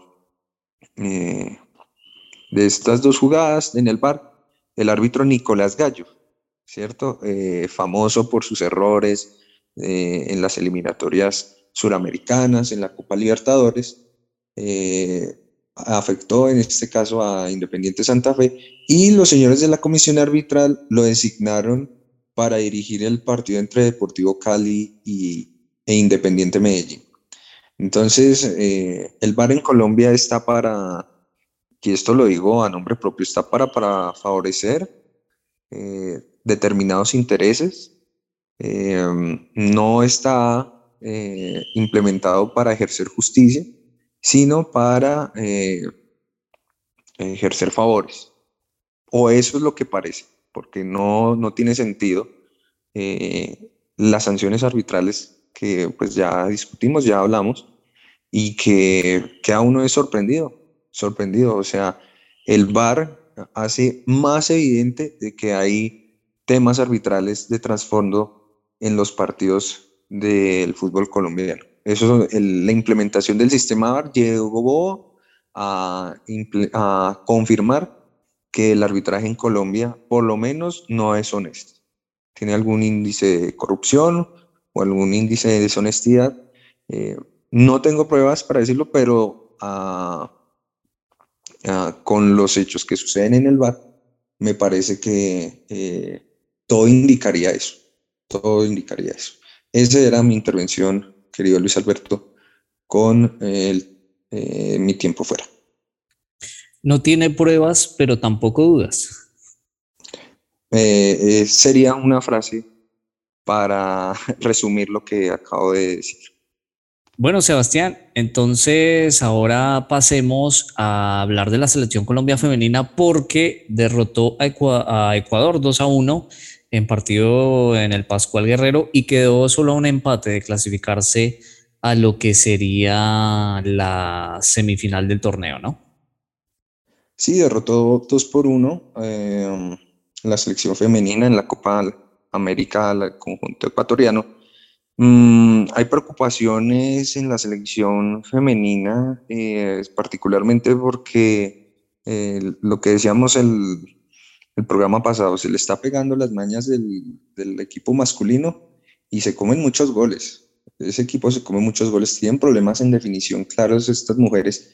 eh, de estas dos jugadas en el V A R, el árbitro Nicolás Gallo, ¿cierto? Eh, famoso por sus errores eh, en las eliminatorias suramericanas, en la Copa Libertadores, eh, afectó en este caso a Independiente Santa Fe, y los señores de la comisión arbitral lo designaron para dirigir el partido entre Deportivo Cali y, e Independiente Medellín. Entonces, eh, el V A R en Colombia está para, y esto lo digo a nombre propio, está para, para favorecer eh, determinados intereses, eh, no está eh, implementado para ejercer justicia, sino para eh, ejercer favores. O eso es lo que parece, porque no, no tiene sentido eh, las sanciones arbitrales que pues ya discutimos, ya hablamos, y que, que a uno es sorprendido, sorprendido. O sea, el V A R hace más evidente de que hay temas arbitrales de trasfondo en los partidos del fútbol colombiano. Eso, el, la implementación del sistema V A R llegó a, a confirmar que el arbitraje en Colombia por lo menos no es honesto. Tiene algún índice de corrupción o algún índice de deshonestidad. Eh, no tengo pruebas para decirlo, pero uh, uh, con los hechos que suceden en el V A R, me parece que eh, todo indicaría eso. Todo indicaría eso. Esa era mi intervención, querido Luis Alberto, con el, eh, mi tiempo fuera. No tiene pruebas, pero tampoco dudas. Eh, eh, sería una frase para resumir lo que acabo de decir. Bueno, Sebastián, entonces ahora pasemos a hablar de la selección Colombia femenina, porque derrotó a, Ecu- a Ecuador dos a uno en partido en el Pascual Guerrero y quedó solo a un empate de clasificarse a lo que sería la semifinal del torneo, ¿no? Sí, derrotó dos por uno eh, la selección femenina en la Copa América al conjunto ecuatoriano. Mm, hay preocupaciones en la selección femenina, eh, particularmente porque eh, lo que decíamos el, el programa pasado, se le está pegando las mañas del, del equipo masculino y se comen muchos goles. Ese equipo se come muchos goles, tienen problemas en definición claros estas mujeres,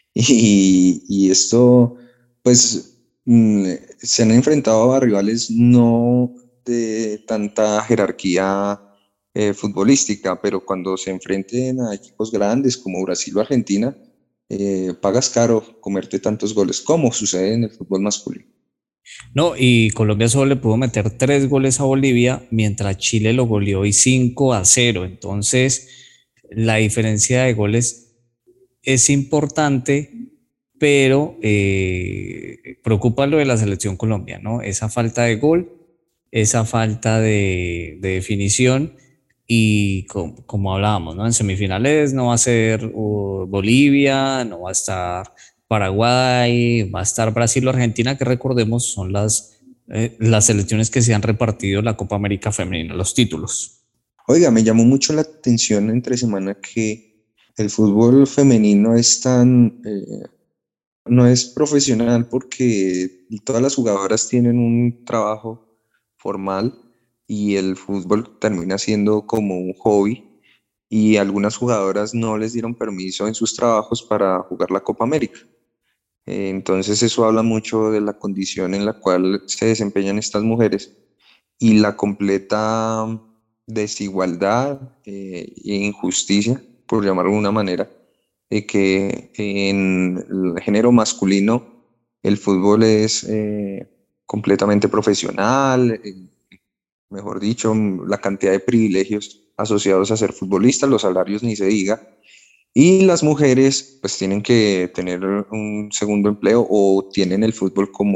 y, y esto pues mm, se han enfrentado a rivales no de tanta jerarquía eh, futbolística, pero cuando se enfrenten a equipos grandes como Brasil o Argentina, eh, pagas caro comerte tantos goles, como sucede en el fútbol masculino. No, y Colombia solo le pudo meter tres goles a Bolivia, mientras Chile lo goleó hoy cinco a cero. Entonces, la diferencia de goles es importante, pero eh, preocupa lo de la selección Colombia, ¿no? Esa falta de gol, esa falta de, de definición, y como, como hablábamos, ¿no? En semifinales no va a ser uh, Bolivia, no va a estar Paraguay, va a estar Brasil o Argentina, que recordemos son las, eh, las selecciones que se han repartido la Copa América Femenina, los títulos. Oiga, me llamó mucho la atención entre semana que el fútbol femenino es tan, eh, no es profesional porque todas las jugadoras tienen un trabajo formal y el fútbol termina siendo como un hobby y algunas jugadoras no les dieron permiso en sus trabajos para jugar la Copa América. Eh, Entonces eso habla mucho de la condición en la cual se desempeñan estas mujeres y la completa desigualdad eh, e injusticia, por llamarlo de una manera, de que en el género masculino el fútbol es eh, completamente profesional, eh, mejor dicho, la cantidad de privilegios asociados a ser futbolista, los salarios ni se diga, y las mujeres pues tienen que tener un segundo empleo o tienen el fútbol como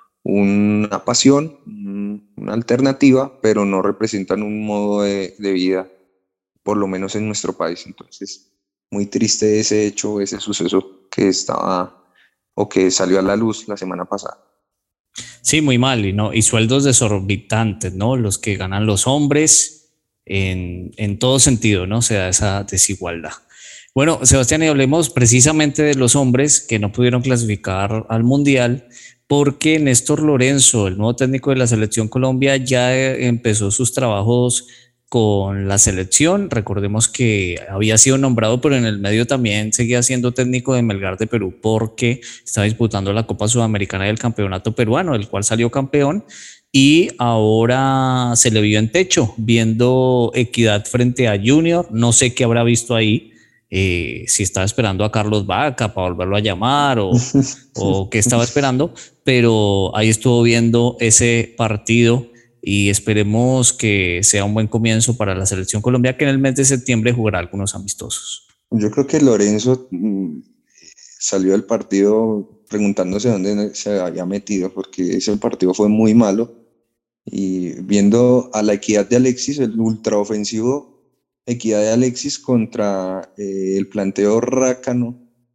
una pasión, una alternativa, pero no representan un modo de, de vida, por lo menos en nuestro país. Entonces, muy triste ese hecho, ese suceso que estaba o que salió a la luz la semana pasada. Sí, muy mal, y, no, y sueldos desorbitantes, ¿no? Los que ganan los hombres en, en todo sentido, ¿no? Se da esa desigualdad. Bueno, Sebastián, y hablemos precisamente de los hombres que no pudieron clasificar al Mundial, porque Néstor Lorenzo, el nuevo técnico de la Selección Colombia, ya eh, empezó sus trabajos con la selección. Recordemos que había sido nombrado, pero en el medio también seguía siendo técnico de Melgar de Perú porque estaba disputando la Copa Sudamericana y el Campeonato Peruano, el cual salió campeón. Y ahora se le vio en techo, viendo Equidad frente a Junior. No sé qué habrá visto ahí, eh, si estaba esperando a Carlos Vaca para volverlo a llamar o, o qué estaba esperando, pero ahí estuvo viendo ese partido y esperemos que sea un buen comienzo para la Selección Colombia, que en el mes de septiembre jugará algunos amistosos. Yo creo que Lorenzo mm, salió del partido preguntándose dónde se había metido, porque ese partido fue muy malo. Y viendo a la Equidad de Alexis, el ultraofensivo Equidad de Alexis contra eh, el planteo rácano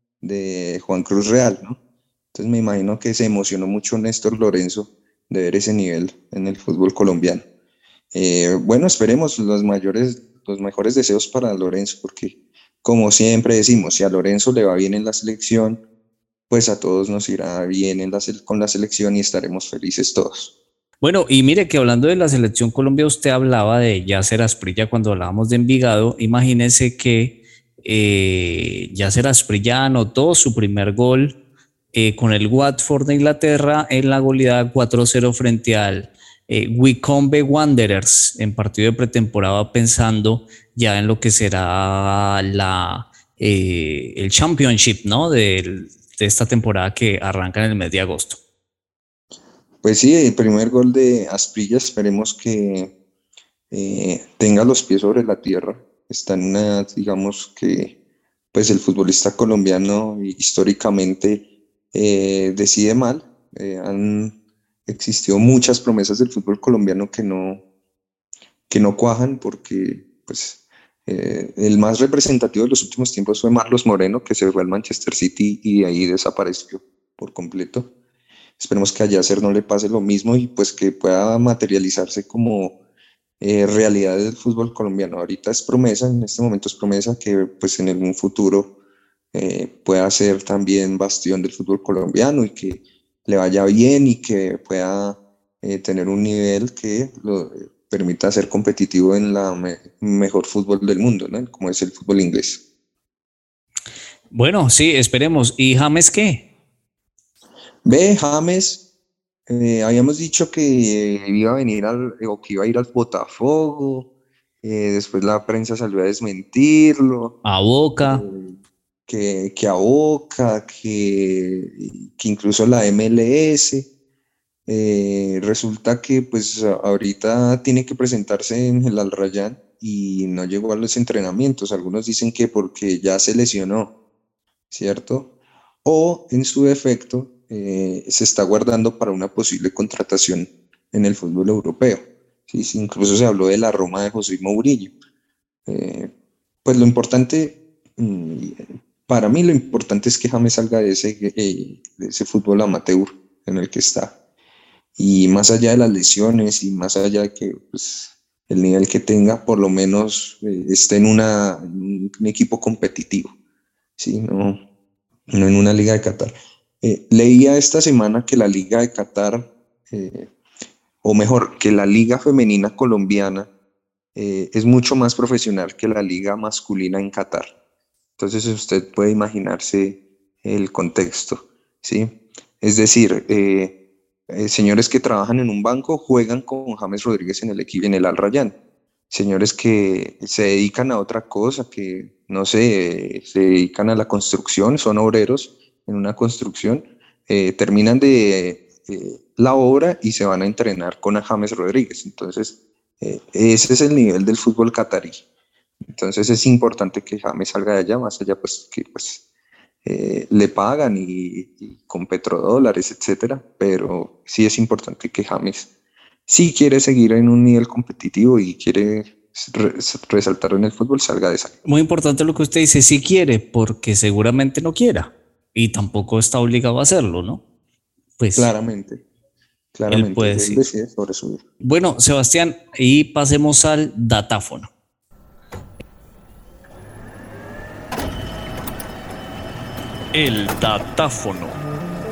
de Juan Cruz Real, ¿no? Entonces me imagino que se emocionó mucho Néstor Lorenzo de ver ese nivel en el fútbol colombiano. Eh, bueno, esperemos los mayores, los mejores deseos para Lorenzo, porque como siempre decimos, si a Lorenzo le va bien en la selección, pues a todos nos irá bien en la, con la selección y estaremos felices todos. Bueno, y mire que hablando de la Selección Colombia, usted hablaba de Yacer Asprilla cuando hablábamos de Envigado. Imagínese que eh, Yacer Asprilla anotó su primer gol eh, con el Watford de Inglaterra en la goleada cuatro cero frente al eh, Wycombe Wanderers en partido de pretemporada, pensando ya en lo que será la, eh, el Championship, ¿no? De, de esta temporada que arranca en el mes de agosto. Pues sí, el primer gol de Asprilla, esperemos que eh, tenga los pies sobre la tierra. Está en una, digamos que, pues el futbolista colombiano históricamente eh, decide mal. Eh, han existido muchas promesas del fútbol colombiano que no, que no cuajan porque, pues, eh, el más representativo de los últimos tiempos fue Marlos Moreno, que se fue al Manchester City y de ahí desapareció por completo. Esperemos que a Yacer no le pase lo mismo y pues que pueda materializarse como eh, realidad del fútbol colombiano. Ahorita es promesa, en este momento es promesa que pues en un futuro eh, pueda ser también bastión del fútbol colombiano y que le vaya bien y que pueda eh, tener un nivel que lo eh, permita ser competitivo en la me mejor fútbol del mundo, ¿no? Como es el fútbol inglés. Bueno, sí, esperemos. ¿Y James qué? Ve, James, eh, habíamos dicho que iba a venir al, o que iba a ir al Botafogo, eh, después la prensa salió a desmentirlo, A Boca. eh, que, que a Boca, que, que incluso la M L S. Eh, resulta que pues ahorita tiene que presentarse en el Al Rayyan y no llegó a los entrenamientos. Algunos dicen que porque ya se lesionó, ¿cierto? O en su defecto eh, se está guardando para una posible contratación en el fútbol europeo. ¿Sí? Sí, incluso se habló de la Roma de José Mourinho. Eh, pues lo importante, mm, para mí lo importante es que James salga de ese, eh, de ese fútbol amateur en el que está. Y más allá de las lesiones y más allá de que pues, el nivel que tenga, por lo menos eh, esté en una, un equipo competitivo, ¿sí? No, no en una liga de Qatar. Eh, leía esta semana que la Liga de Qatar, eh, o mejor, que la Liga Femenina Colombiana eh, es mucho más profesional que la Liga Masculina en Qatar. Entonces usted puede imaginarse el contexto, ¿sí? Es decir, eh, eh, señores que trabajan en un banco juegan con James Rodríguez en el equipo, en el Al Rayyan. Señores que se dedican a otra cosa, que no sé, se dedican a la construcción, son obreros en una construcción, eh, terminan de eh, la obra y se van a entrenar con James Rodríguez. Entonces, eh, ese es el nivel del fútbol catarí. Entonces es importante que James salga de allá, más allá pues que pues eh, le pagan y, y con petrodólares, etcétera, pero sí es importante que James, si quiere seguir en un nivel competitivo y quiere re resaltar en el fútbol, salga de esa. Muy importante lo que usted dice, si quiere, porque seguramente no quiera y tampoco está obligado a hacerlo, ¿no? Pues claramente, él claramente, puede él decir. decide sobre su vida. Bueno, Sebastián, y pasemos al datáfono. El datáfono.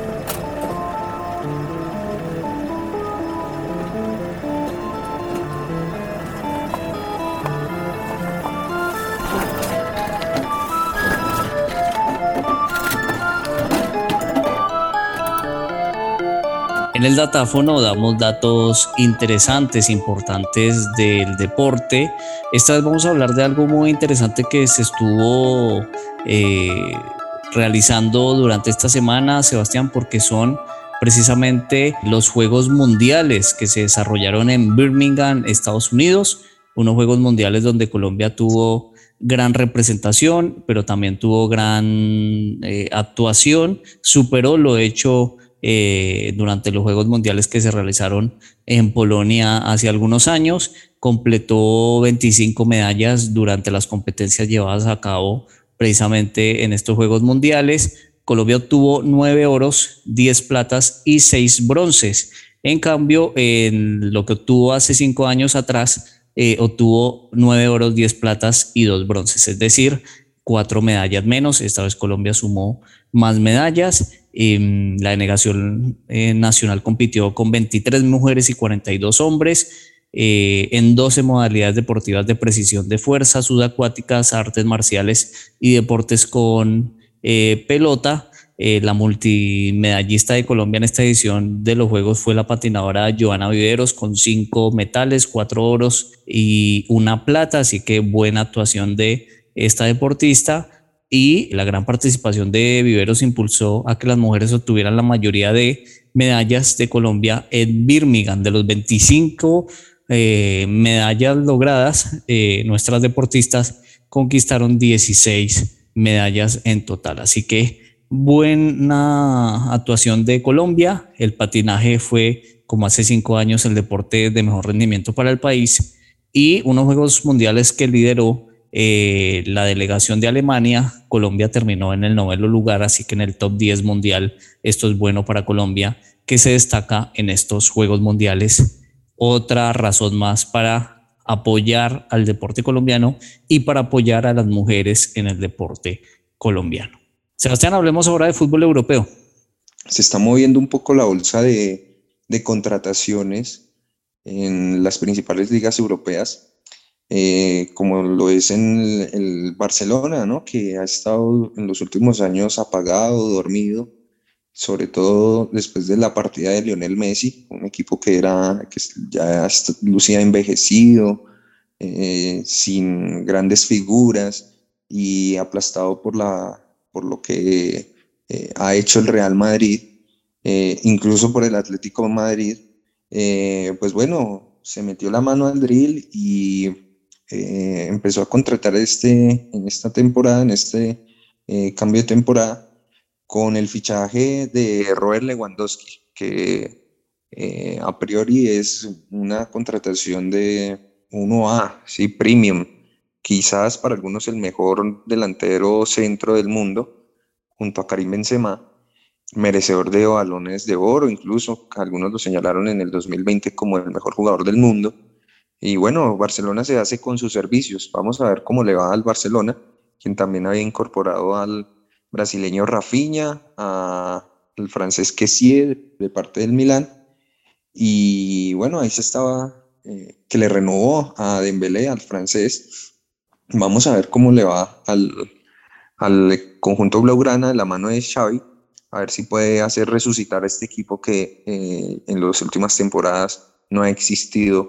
En el datáfono damos datos interesantes, importantes del deporte. Esta vez vamos a hablar de algo muy interesante que se estuvo eh, realizando durante esta semana, Sebastián, porque son precisamente los Juegos Mundiales que se desarrollaron en Birmingham, Estados Unidos, unos Juegos Mundiales donde Colombia tuvo gran representación, pero también tuvo gran eh, actuación, superó lo hecho Eh, durante los Juegos Mundiales que se realizaron en Polonia hace algunos años, completó veinticinco medallas durante las competencias llevadas a cabo precisamente en estos Juegos Mundiales. Colombia obtuvo nueve oros, diez platas y seis bronces. En cambio, en lo que obtuvo hace cinco años atrás, eh, obtuvo nueve oros, diez platas y dos bronces, es decir, cuatro medallas menos. Esta vez Colombia sumó más medallas. Eh, la delegación eh, nacional compitió con veintitrés mujeres y cuarenta y dos hombres eh, en doce modalidades deportivas de precisión de fuerza, subacuáticas, artes marciales y deportes con eh, pelota. Eh, la multimedallista de Colombia en esta edición de los Juegos fue la patinadora Joana Viveros con cinco metales, cuatro oros y una plata, así que buena actuación de esta deportista. Y la gran participación de Viveros impulsó a que las mujeres obtuvieran la mayoría de medallas de Colombia en Birmingham. De los veinticinco eh, medallas logradas, eh, nuestras deportistas conquistaron dieciséis medallas en total. Así que buena actuación de Colombia. El patinaje fue, como hace cinco años, el deporte de mejor rendimiento para el país, y unos Juegos Mundiales que lideró Eh, la delegación de Alemania. Colombia terminó en el noveno lugar, así que en el top diez mundial. Esto es bueno para Colombia, que se destaca en estos Juegos Mundiales. Otra razón más para apoyar al deporte colombiano y para apoyar a las mujeres en el deporte colombiano. Sebastián, hablemos ahora de fútbol europeo. Se está moviendo un poco la bolsa de, de contrataciones en las principales ligas europeas. Eh, como lo es en el, el Barcelona, ¿no? Que ha estado en los últimos años apagado, dormido, sobre todo después de la partida de Lionel Messi, un equipo que, era, que ya lucía envejecido, eh, sin grandes figuras y aplastado por, la, por lo que eh, ha hecho el Real Madrid, eh, incluso por el Atlético de Madrid. Eh, pues bueno, se metió la mano al drill y Eh, empezó a contratar este, en esta temporada, en este eh, cambio de temporada, con el fichaje de Robert Lewandowski, que eh, a priori es una contratación de uno A, sí, premium, quizás para algunos el mejor delantero centro del mundo, junto a Karim Benzema, merecedor de balones de oro, incluso algunos lo señalaron en el dos mil veinte como el mejor jugador del mundo. Y bueno, Barcelona se hace con sus servicios. Vamos a ver cómo le va al Barcelona, quien también había incorporado al brasileño Rafinha, a el francés Kessié de parte del Milán. Y bueno, ahí se estaba, eh, que le renovó a Dembélé, al francés. Vamos a ver cómo le va al, al conjunto blaugrana de la mano de Xavi, a ver si puede hacer resucitar a este equipo que eh, en las últimas temporadas no ha existido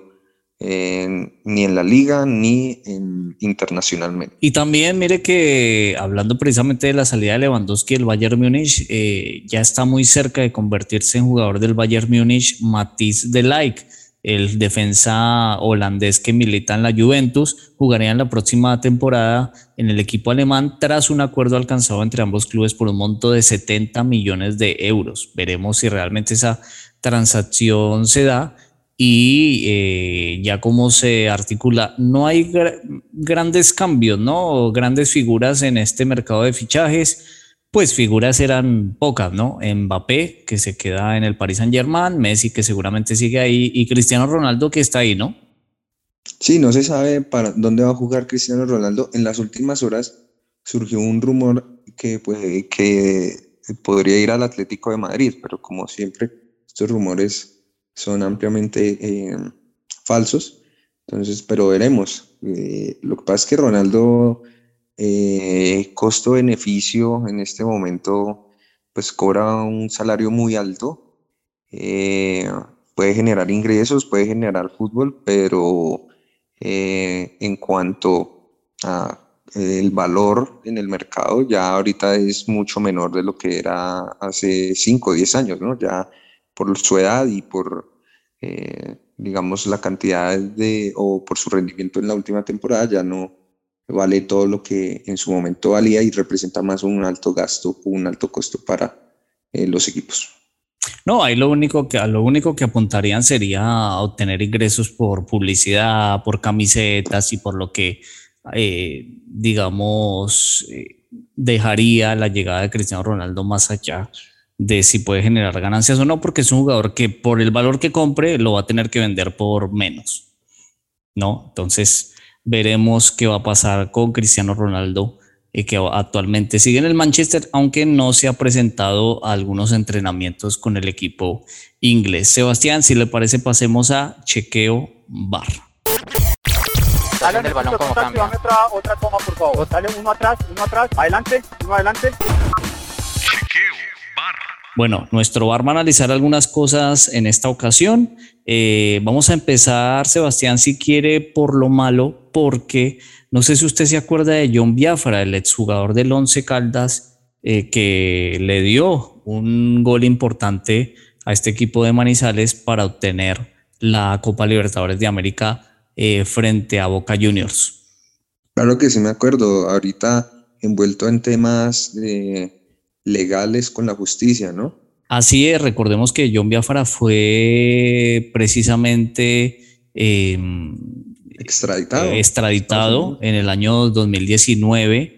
eh, ni en la liga ni en, internacionalmente. Y también mire que hablando precisamente de la salida de Lewandowski del Bayern Múnich, eh, ya está muy cerca de convertirse en jugador del Bayern Múnich Matthijs de Ligt, el defensa holandés que milita en la Juventus, jugaría en la próxima temporada en el equipo alemán tras un acuerdo alcanzado entre ambos clubes por un monto de setenta millones de euros. Veremos si realmente esa transacción se da y eh, ya cómo se articula. No hay gr- grandes cambios, ¿no? Grandes figuras en este mercado de fichajes. Pues figuras eran pocas, ¿no? Mbappé, que se queda en el Paris Saint-Germain, Messi, que seguramente sigue ahí, y Cristiano Ronaldo, que está ahí, ¿no? Sí, no se sabe para dónde va a jugar Cristiano Ronaldo. En las últimas horas surgió un rumor que, pues, que podría ir al Atlético de Madrid, pero como siempre, estos rumores son ampliamente eh, falsos. Entonces, pero veremos. Eh, lo que pasa es que Ronaldo, eh, costo-beneficio en este momento, pues cobra un salario muy alto. Eh, puede generar ingresos, puede generar fútbol, pero eh, en cuanto a eh, el valor en el mercado, ya ahorita es mucho menor de lo que era hace cinco o diez años, ¿no? Ya por su edad y por, eh, digamos, la cantidad de, o por su rendimiento en la última temporada, ya no vale todo lo que en su momento valía y representa más un alto gasto, un alto costo para eh, los equipos. No, ahí lo único que, a lo único que apuntarían sería a obtener ingresos por publicidad, por camisetas y por lo que, eh, digamos, eh, dejaría la llegada de Cristiano Ronaldo más allá de si puede generar ganancias o no, porque es un jugador que por el valor que compre lo va a tener que vender por menos, ¿no? Entonces veremos qué va a pasar con Cristiano Ronaldo, eh, que actualmente sigue en el Manchester, aunque no se ha presentado a algunos entrenamientos con el equipo inglés. Sebastián, si le parece, pasemos a chequeo V A R. Dale el balón como cambia. Otra, otra toma, por favor. Dale uno atrás, uno atrás, adelante, uno adelante. Chequeo V A R. Bueno, nuestro V A R va a analizar algunas cosas en esta ocasión. Eh, vamos a empezar, Sebastián, si quiere, por lo malo, porque no sé si usted se acuerda de John Biafra, el exjugador del Once Caldas, eh, que le dio un gol importante a este equipo de Manizales para obtener la Copa Libertadores de América eh, frente a Boca Juniors. Claro que sí me acuerdo, ahorita envuelto en temas de legales con la justicia, ¿no? Así es, recordemos que John Biafra fue precisamente eh, extraditado, eh, extraditado en el año dos mil diecinueve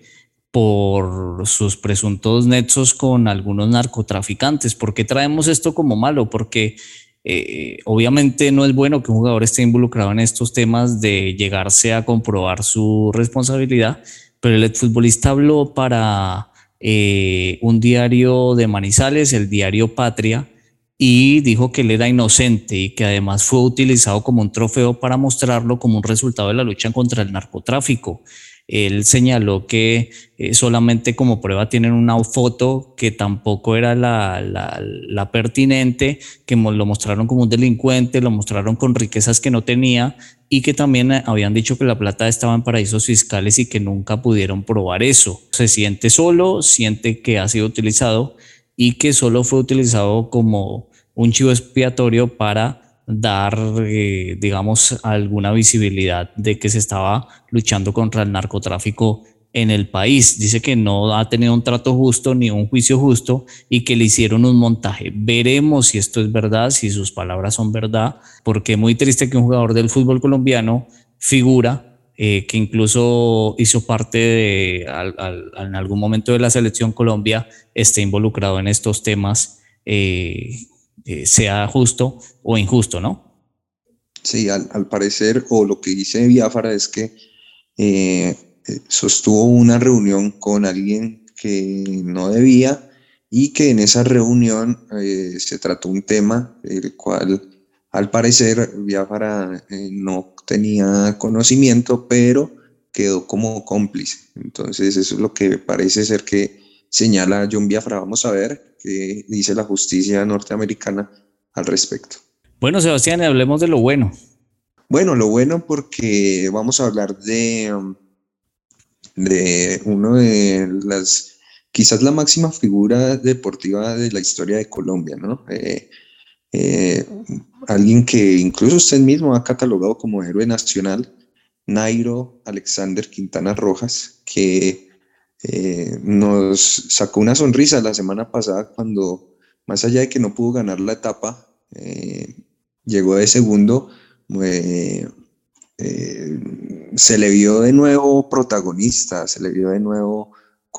por sus presuntos nexos con algunos narcotraficantes. ¿Por qué traemos esto como malo? Porque eh, obviamente no es bueno que un jugador esté involucrado en estos temas de llegarse a comprobar su responsabilidad, pero el exfutbolista habló para eh, un diario de Manizales, el diario Patria, y dijo que él era inocente y que además fue utilizado como un trofeo para mostrarlo como un resultado de la lucha contra el narcotráfico. Él señaló que eh, solamente como prueba tienen una foto que tampoco era la, la, la pertinente, que lo mostraron como un delincuente, lo mostraron con riquezas que no tenía y que también habían dicho que la plata estaba en paraísos fiscales y que nunca pudieron probar eso. Se siente solo, siente que ha sido utilizado y que solo fue utilizado como un chivo expiatorio para dar, eh, digamos, alguna visibilidad de que se estaba luchando contra el narcotráfico en el país. Dice que no ha tenido un trato justo ni un juicio justo y que le hicieron un montaje. Veremos si esto es verdad, si sus palabras son verdad, porque es muy triste que un jugador del fútbol colombiano, figura, eh, que incluso hizo parte de, al, al, en algún momento de la selección Colombia, esté involucrado en estos temas, eh, eh, sea justo o injusto, ¿no? Sí, al, al parecer, o lo que dice Biafara es que eh, sostuvo una reunión con alguien que no debía y que en esa reunión eh, se trató un tema el cual al parecer Biafara eh, no tenía conocimiento, pero quedó como cómplice. Entonces eso es lo que parece ser que señala John Biafra. Vamos a ver qué dice la justicia norteamericana al respecto. Bueno, Sebastián, hablemos de lo bueno. Bueno, lo bueno porque vamos a hablar de, de uno de las, quizás la máxima figura deportiva de la historia de Colombia, ¿no? Eh, eh, alguien que incluso usted mismo ha catalogado como héroe nacional, Nairo Alexander Quintana Rojas, que eh, nos sacó una sonrisa la semana pasada cuando, más allá de que no pudo ganar la etapa, eh, llegó de segundo. Eh, eh, se le vio de nuevo protagonista, se le vio de nuevo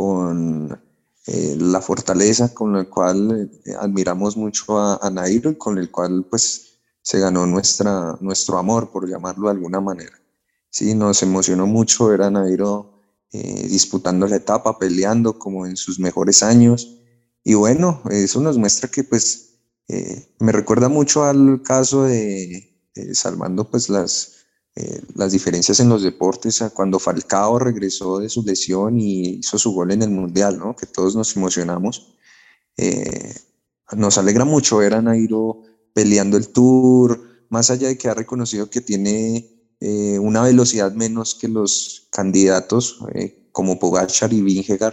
con eh, la fortaleza con la cual eh, admiramos mucho a, a Nairo y con el cual pues se ganó nuestra, nuestro amor, por llamarlo de alguna manera. Sí, nos emocionó mucho ver a Nairo eh, disputando la etapa, peleando como en sus mejores años, y bueno, eso nos muestra que pues eh, me recuerda mucho al caso de eh, salvando pues las Eh, las diferencias en los deportes, a cuando Falcao regresó de su lesión y hizo su gol en el Mundial, ¿no? Que todos nos emocionamos. Eh, nos alegra mucho ver a Nairo peleando el Tour, más allá de que ha reconocido que tiene eh, una velocidad menos que los candidatos eh, como Pogačar y Vingegaard.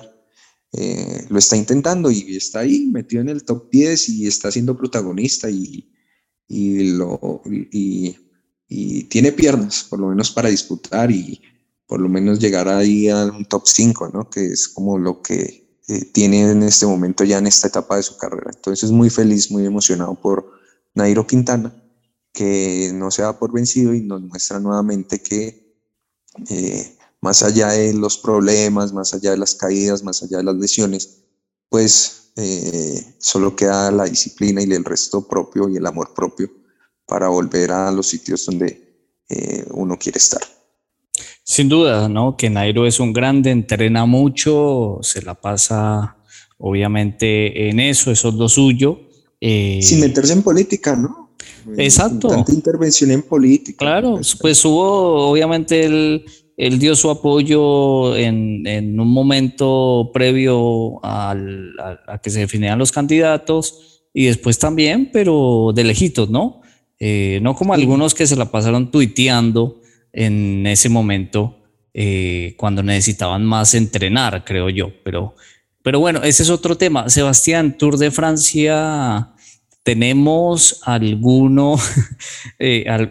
Eh, lo está intentando y está ahí metido en el top diez y está siendo protagonista y, y lo... Y, y tiene piernas, por lo menos para disputar y por lo menos llegar ahí a un top cinco, ¿no? Que es como lo que eh, tiene en este momento ya en esta etapa de su carrera. Entonces muy feliz, muy emocionado por Nairo Quintana, que no se da por vencido y nos muestra nuevamente que eh, más allá de los problemas, más allá de las caídas, más allá de las lesiones, pues eh, solo queda la disciplina y el resto propio y el amor propio para volver a los sitios donde eh, uno quiere estar. Sin duda, ¿no? Que Nairo es un grande, entrena mucho, se la pasa obviamente en eso, eso es lo suyo. Eh, Sin meterse en política, ¿no? Exacto. Sin tanta intervención en política. Claro, pues hubo, obviamente él, él dio su apoyo en, en un momento previo al, a, a que se definieran los candidatos y después también, pero de lejitos, ¿no? Eh, no como sí. Algunos que se la pasaron tuiteando en ese momento eh, cuando necesitaban más entrenar, creo yo. Pero, pero bueno, ese es otro tema. Sebastián, Tour de Francia, ¿tenemos alguno, eh, al,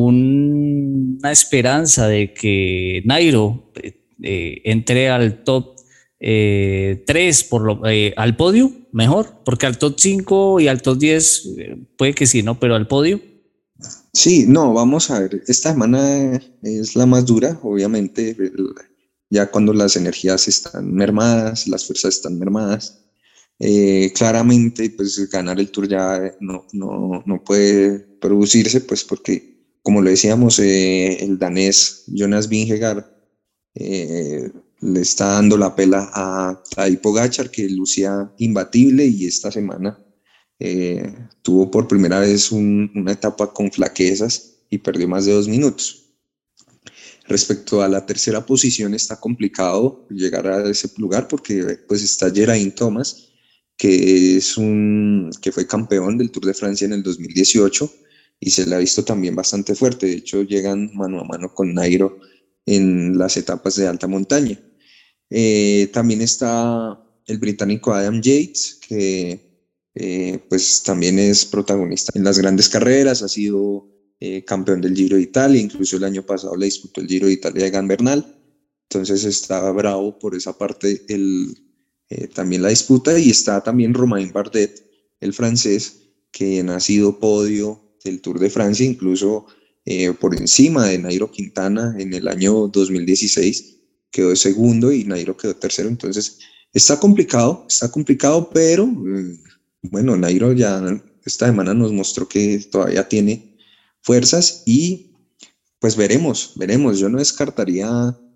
alguna esperanza de que Nairo eh, entre al top eh, tres, por lo, eh, al podio? Mejor, porque al top cinco y al top diez eh, puede que sí, ¿no? Pero al podio. Sí, no, vamos a ver, esta semana es la más dura, obviamente, ya cuando las energías están mermadas, las fuerzas están mermadas, eh, claramente pues ganar el Tour ya no, no, no puede producirse, pues porque como lo decíamos, eh, el danés Jonas Vingegaard eh, le está dando la pela a Tadej Pogačar, que lucía imbatible y esta semana Eh, tuvo por primera vez un, una etapa con flaquezas y perdió más de dos minutos. Respecto a la tercera posición, está complicado llegar a ese lugar porque pues está Geraint Thomas, que, es un, que fue campeón del Tour de Francia en el dos mil dieciocho y se le ha visto también bastante fuerte. De hecho, llegan mano a mano con Nairo en las etapas de alta montaña. Eh, también está el británico Adam Yates, que Eh, pues también es protagonista en las grandes carreras, ha sido eh, campeón del Giro de Italia, incluso el año pasado le disputó el Giro de Italia de Egan Bernal, entonces está bravo por esa parte el, eh, también la disputa, y está también Romain Bardet, el francés, que ha sido podio del Tour de Francia, incluso eh, por encima de Nairo Quintana en el año dos mil dieciséis, quedó segundo y Nairo quedó tercero, entonces está complicado, está complicado, pero... Eh, Bueno, Nairo ya esta semana nos mostró que todavía tiene fuerzas y pues veremos, veremos. Yo no descartaría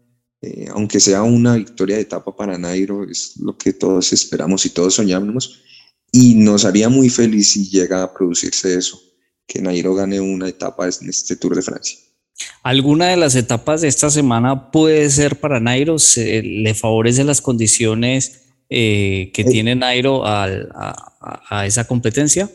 eh, aunque sea una victoria de etapa para Nairo, es lo que todos esperamos y todos soñamos, y nos haría muy feliz si llega a producirse eso, que Nairo gane una etapa en este Tour de Francia. ¿Alguna de las etapas de esta semana puede ser para Nairo? ¿Se le favorece las condiciones eh, que eh, tiene Nairo al, a, a esa competencia?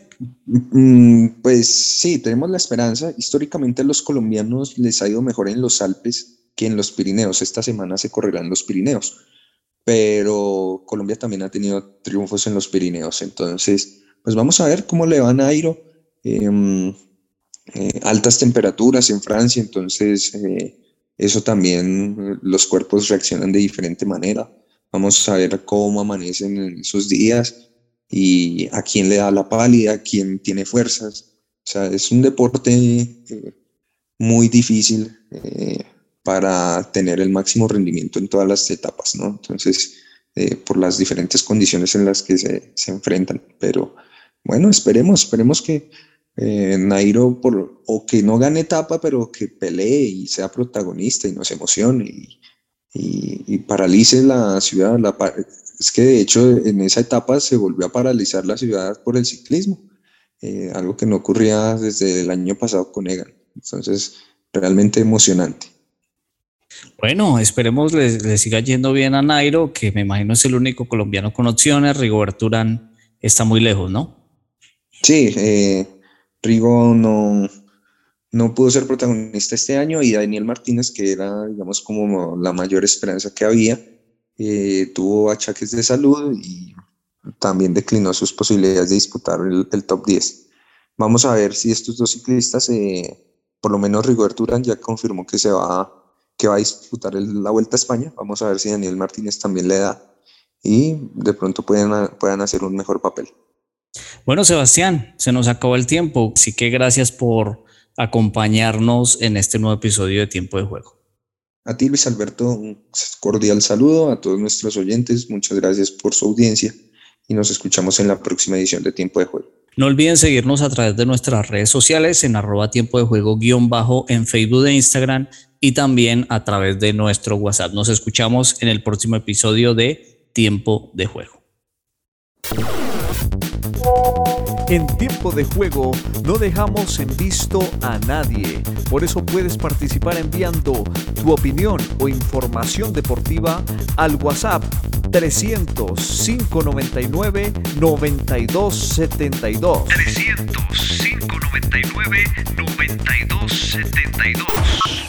Pues sí, tenemos la esperanza. Históricamente a los colombianos les ha ido mejor en los Alpes que en los Pirineos. Esta semana se correrán los Pirineos, pero Colombia también ha tenido triunfos en los Pirineos. Entonces, pues vamos a ver cómo le va a Nairo. Eh, eh, altas temperaturas en Francia, entonces eh, eso también, los cuerpos reaccionan de diferente manera. Vamos a ver cómo amanecen en esos días y a quién le da la pálida, a quién tiene fuerzas. O sea, es un deporte eh, muy difícil eh, para tener el máximo rendimiento en todas las etapas, ¿no? Entonces, eh, por las diferentes condiciones en las que se, se enfrentan. Pero bueno, esperemos, esperemos que eh, Nairo, por, o que no gane etapa, pero que pelee y sea protagonista y nos emocione y, y, y paralice la ciudad. La, es que de hecho en esa etapa se volvió a paralizar la ciudad por el ciclismo, eh, algo que no ocurría desde el año pasado con Egan. Entonces, realmente emocionante. Bueno, esperemos le, le siga yendo bien a Nairo, que me imagino es el único colombiano con opciones. Rigoberto Urán está muy lejos, ¿no? Sí, eh, Rigo no, no pudo ser protagonista este año y Daniel Martínez, que era, digamos, como la mayor esperanza que había, eh, tuvo achaques de salud y también declinó sus posibilidades de disputar el, el top diez. Vamos a ver si estos dos ciclistas, eh, por lo menos Rigoberto Urán ya confirmó que se va, que va a disputar el, la Vuelta a España. Vamos a ver si Daniel Martínez también le da y de pronto pueden, puedan hacer un mejor papel. Bueno, Sebastián, se nos acabó el tiempo, así que gracias por acompañarnos en este nuevo episodio de Tiempo de Juego. A ti, Luis Alberto, un cordial saludo a todos nuestros oyentes, muchas gracias por su audiencia y nos escuchamos en la próxima edición de Tiempo de Juego. No olviden seguirnos a través de nuestras redes sociales en arroba tiempo de juego guión bajo en Facebook e Instagram y también a través de nuestro WhatsApp. Nos escuchamos en el próximo episodio de Tiempo de Juego. En Tiempo de Juego no dejamos en visto a nadie. Por eso puedes participar enviando tu opinión o información deportiva al WhatsApp trescientos, cinco noventa y nueve, noventa y dos setenta y dos. trescientos, cinco noventa y nueve, noventa y dos setenta y dos.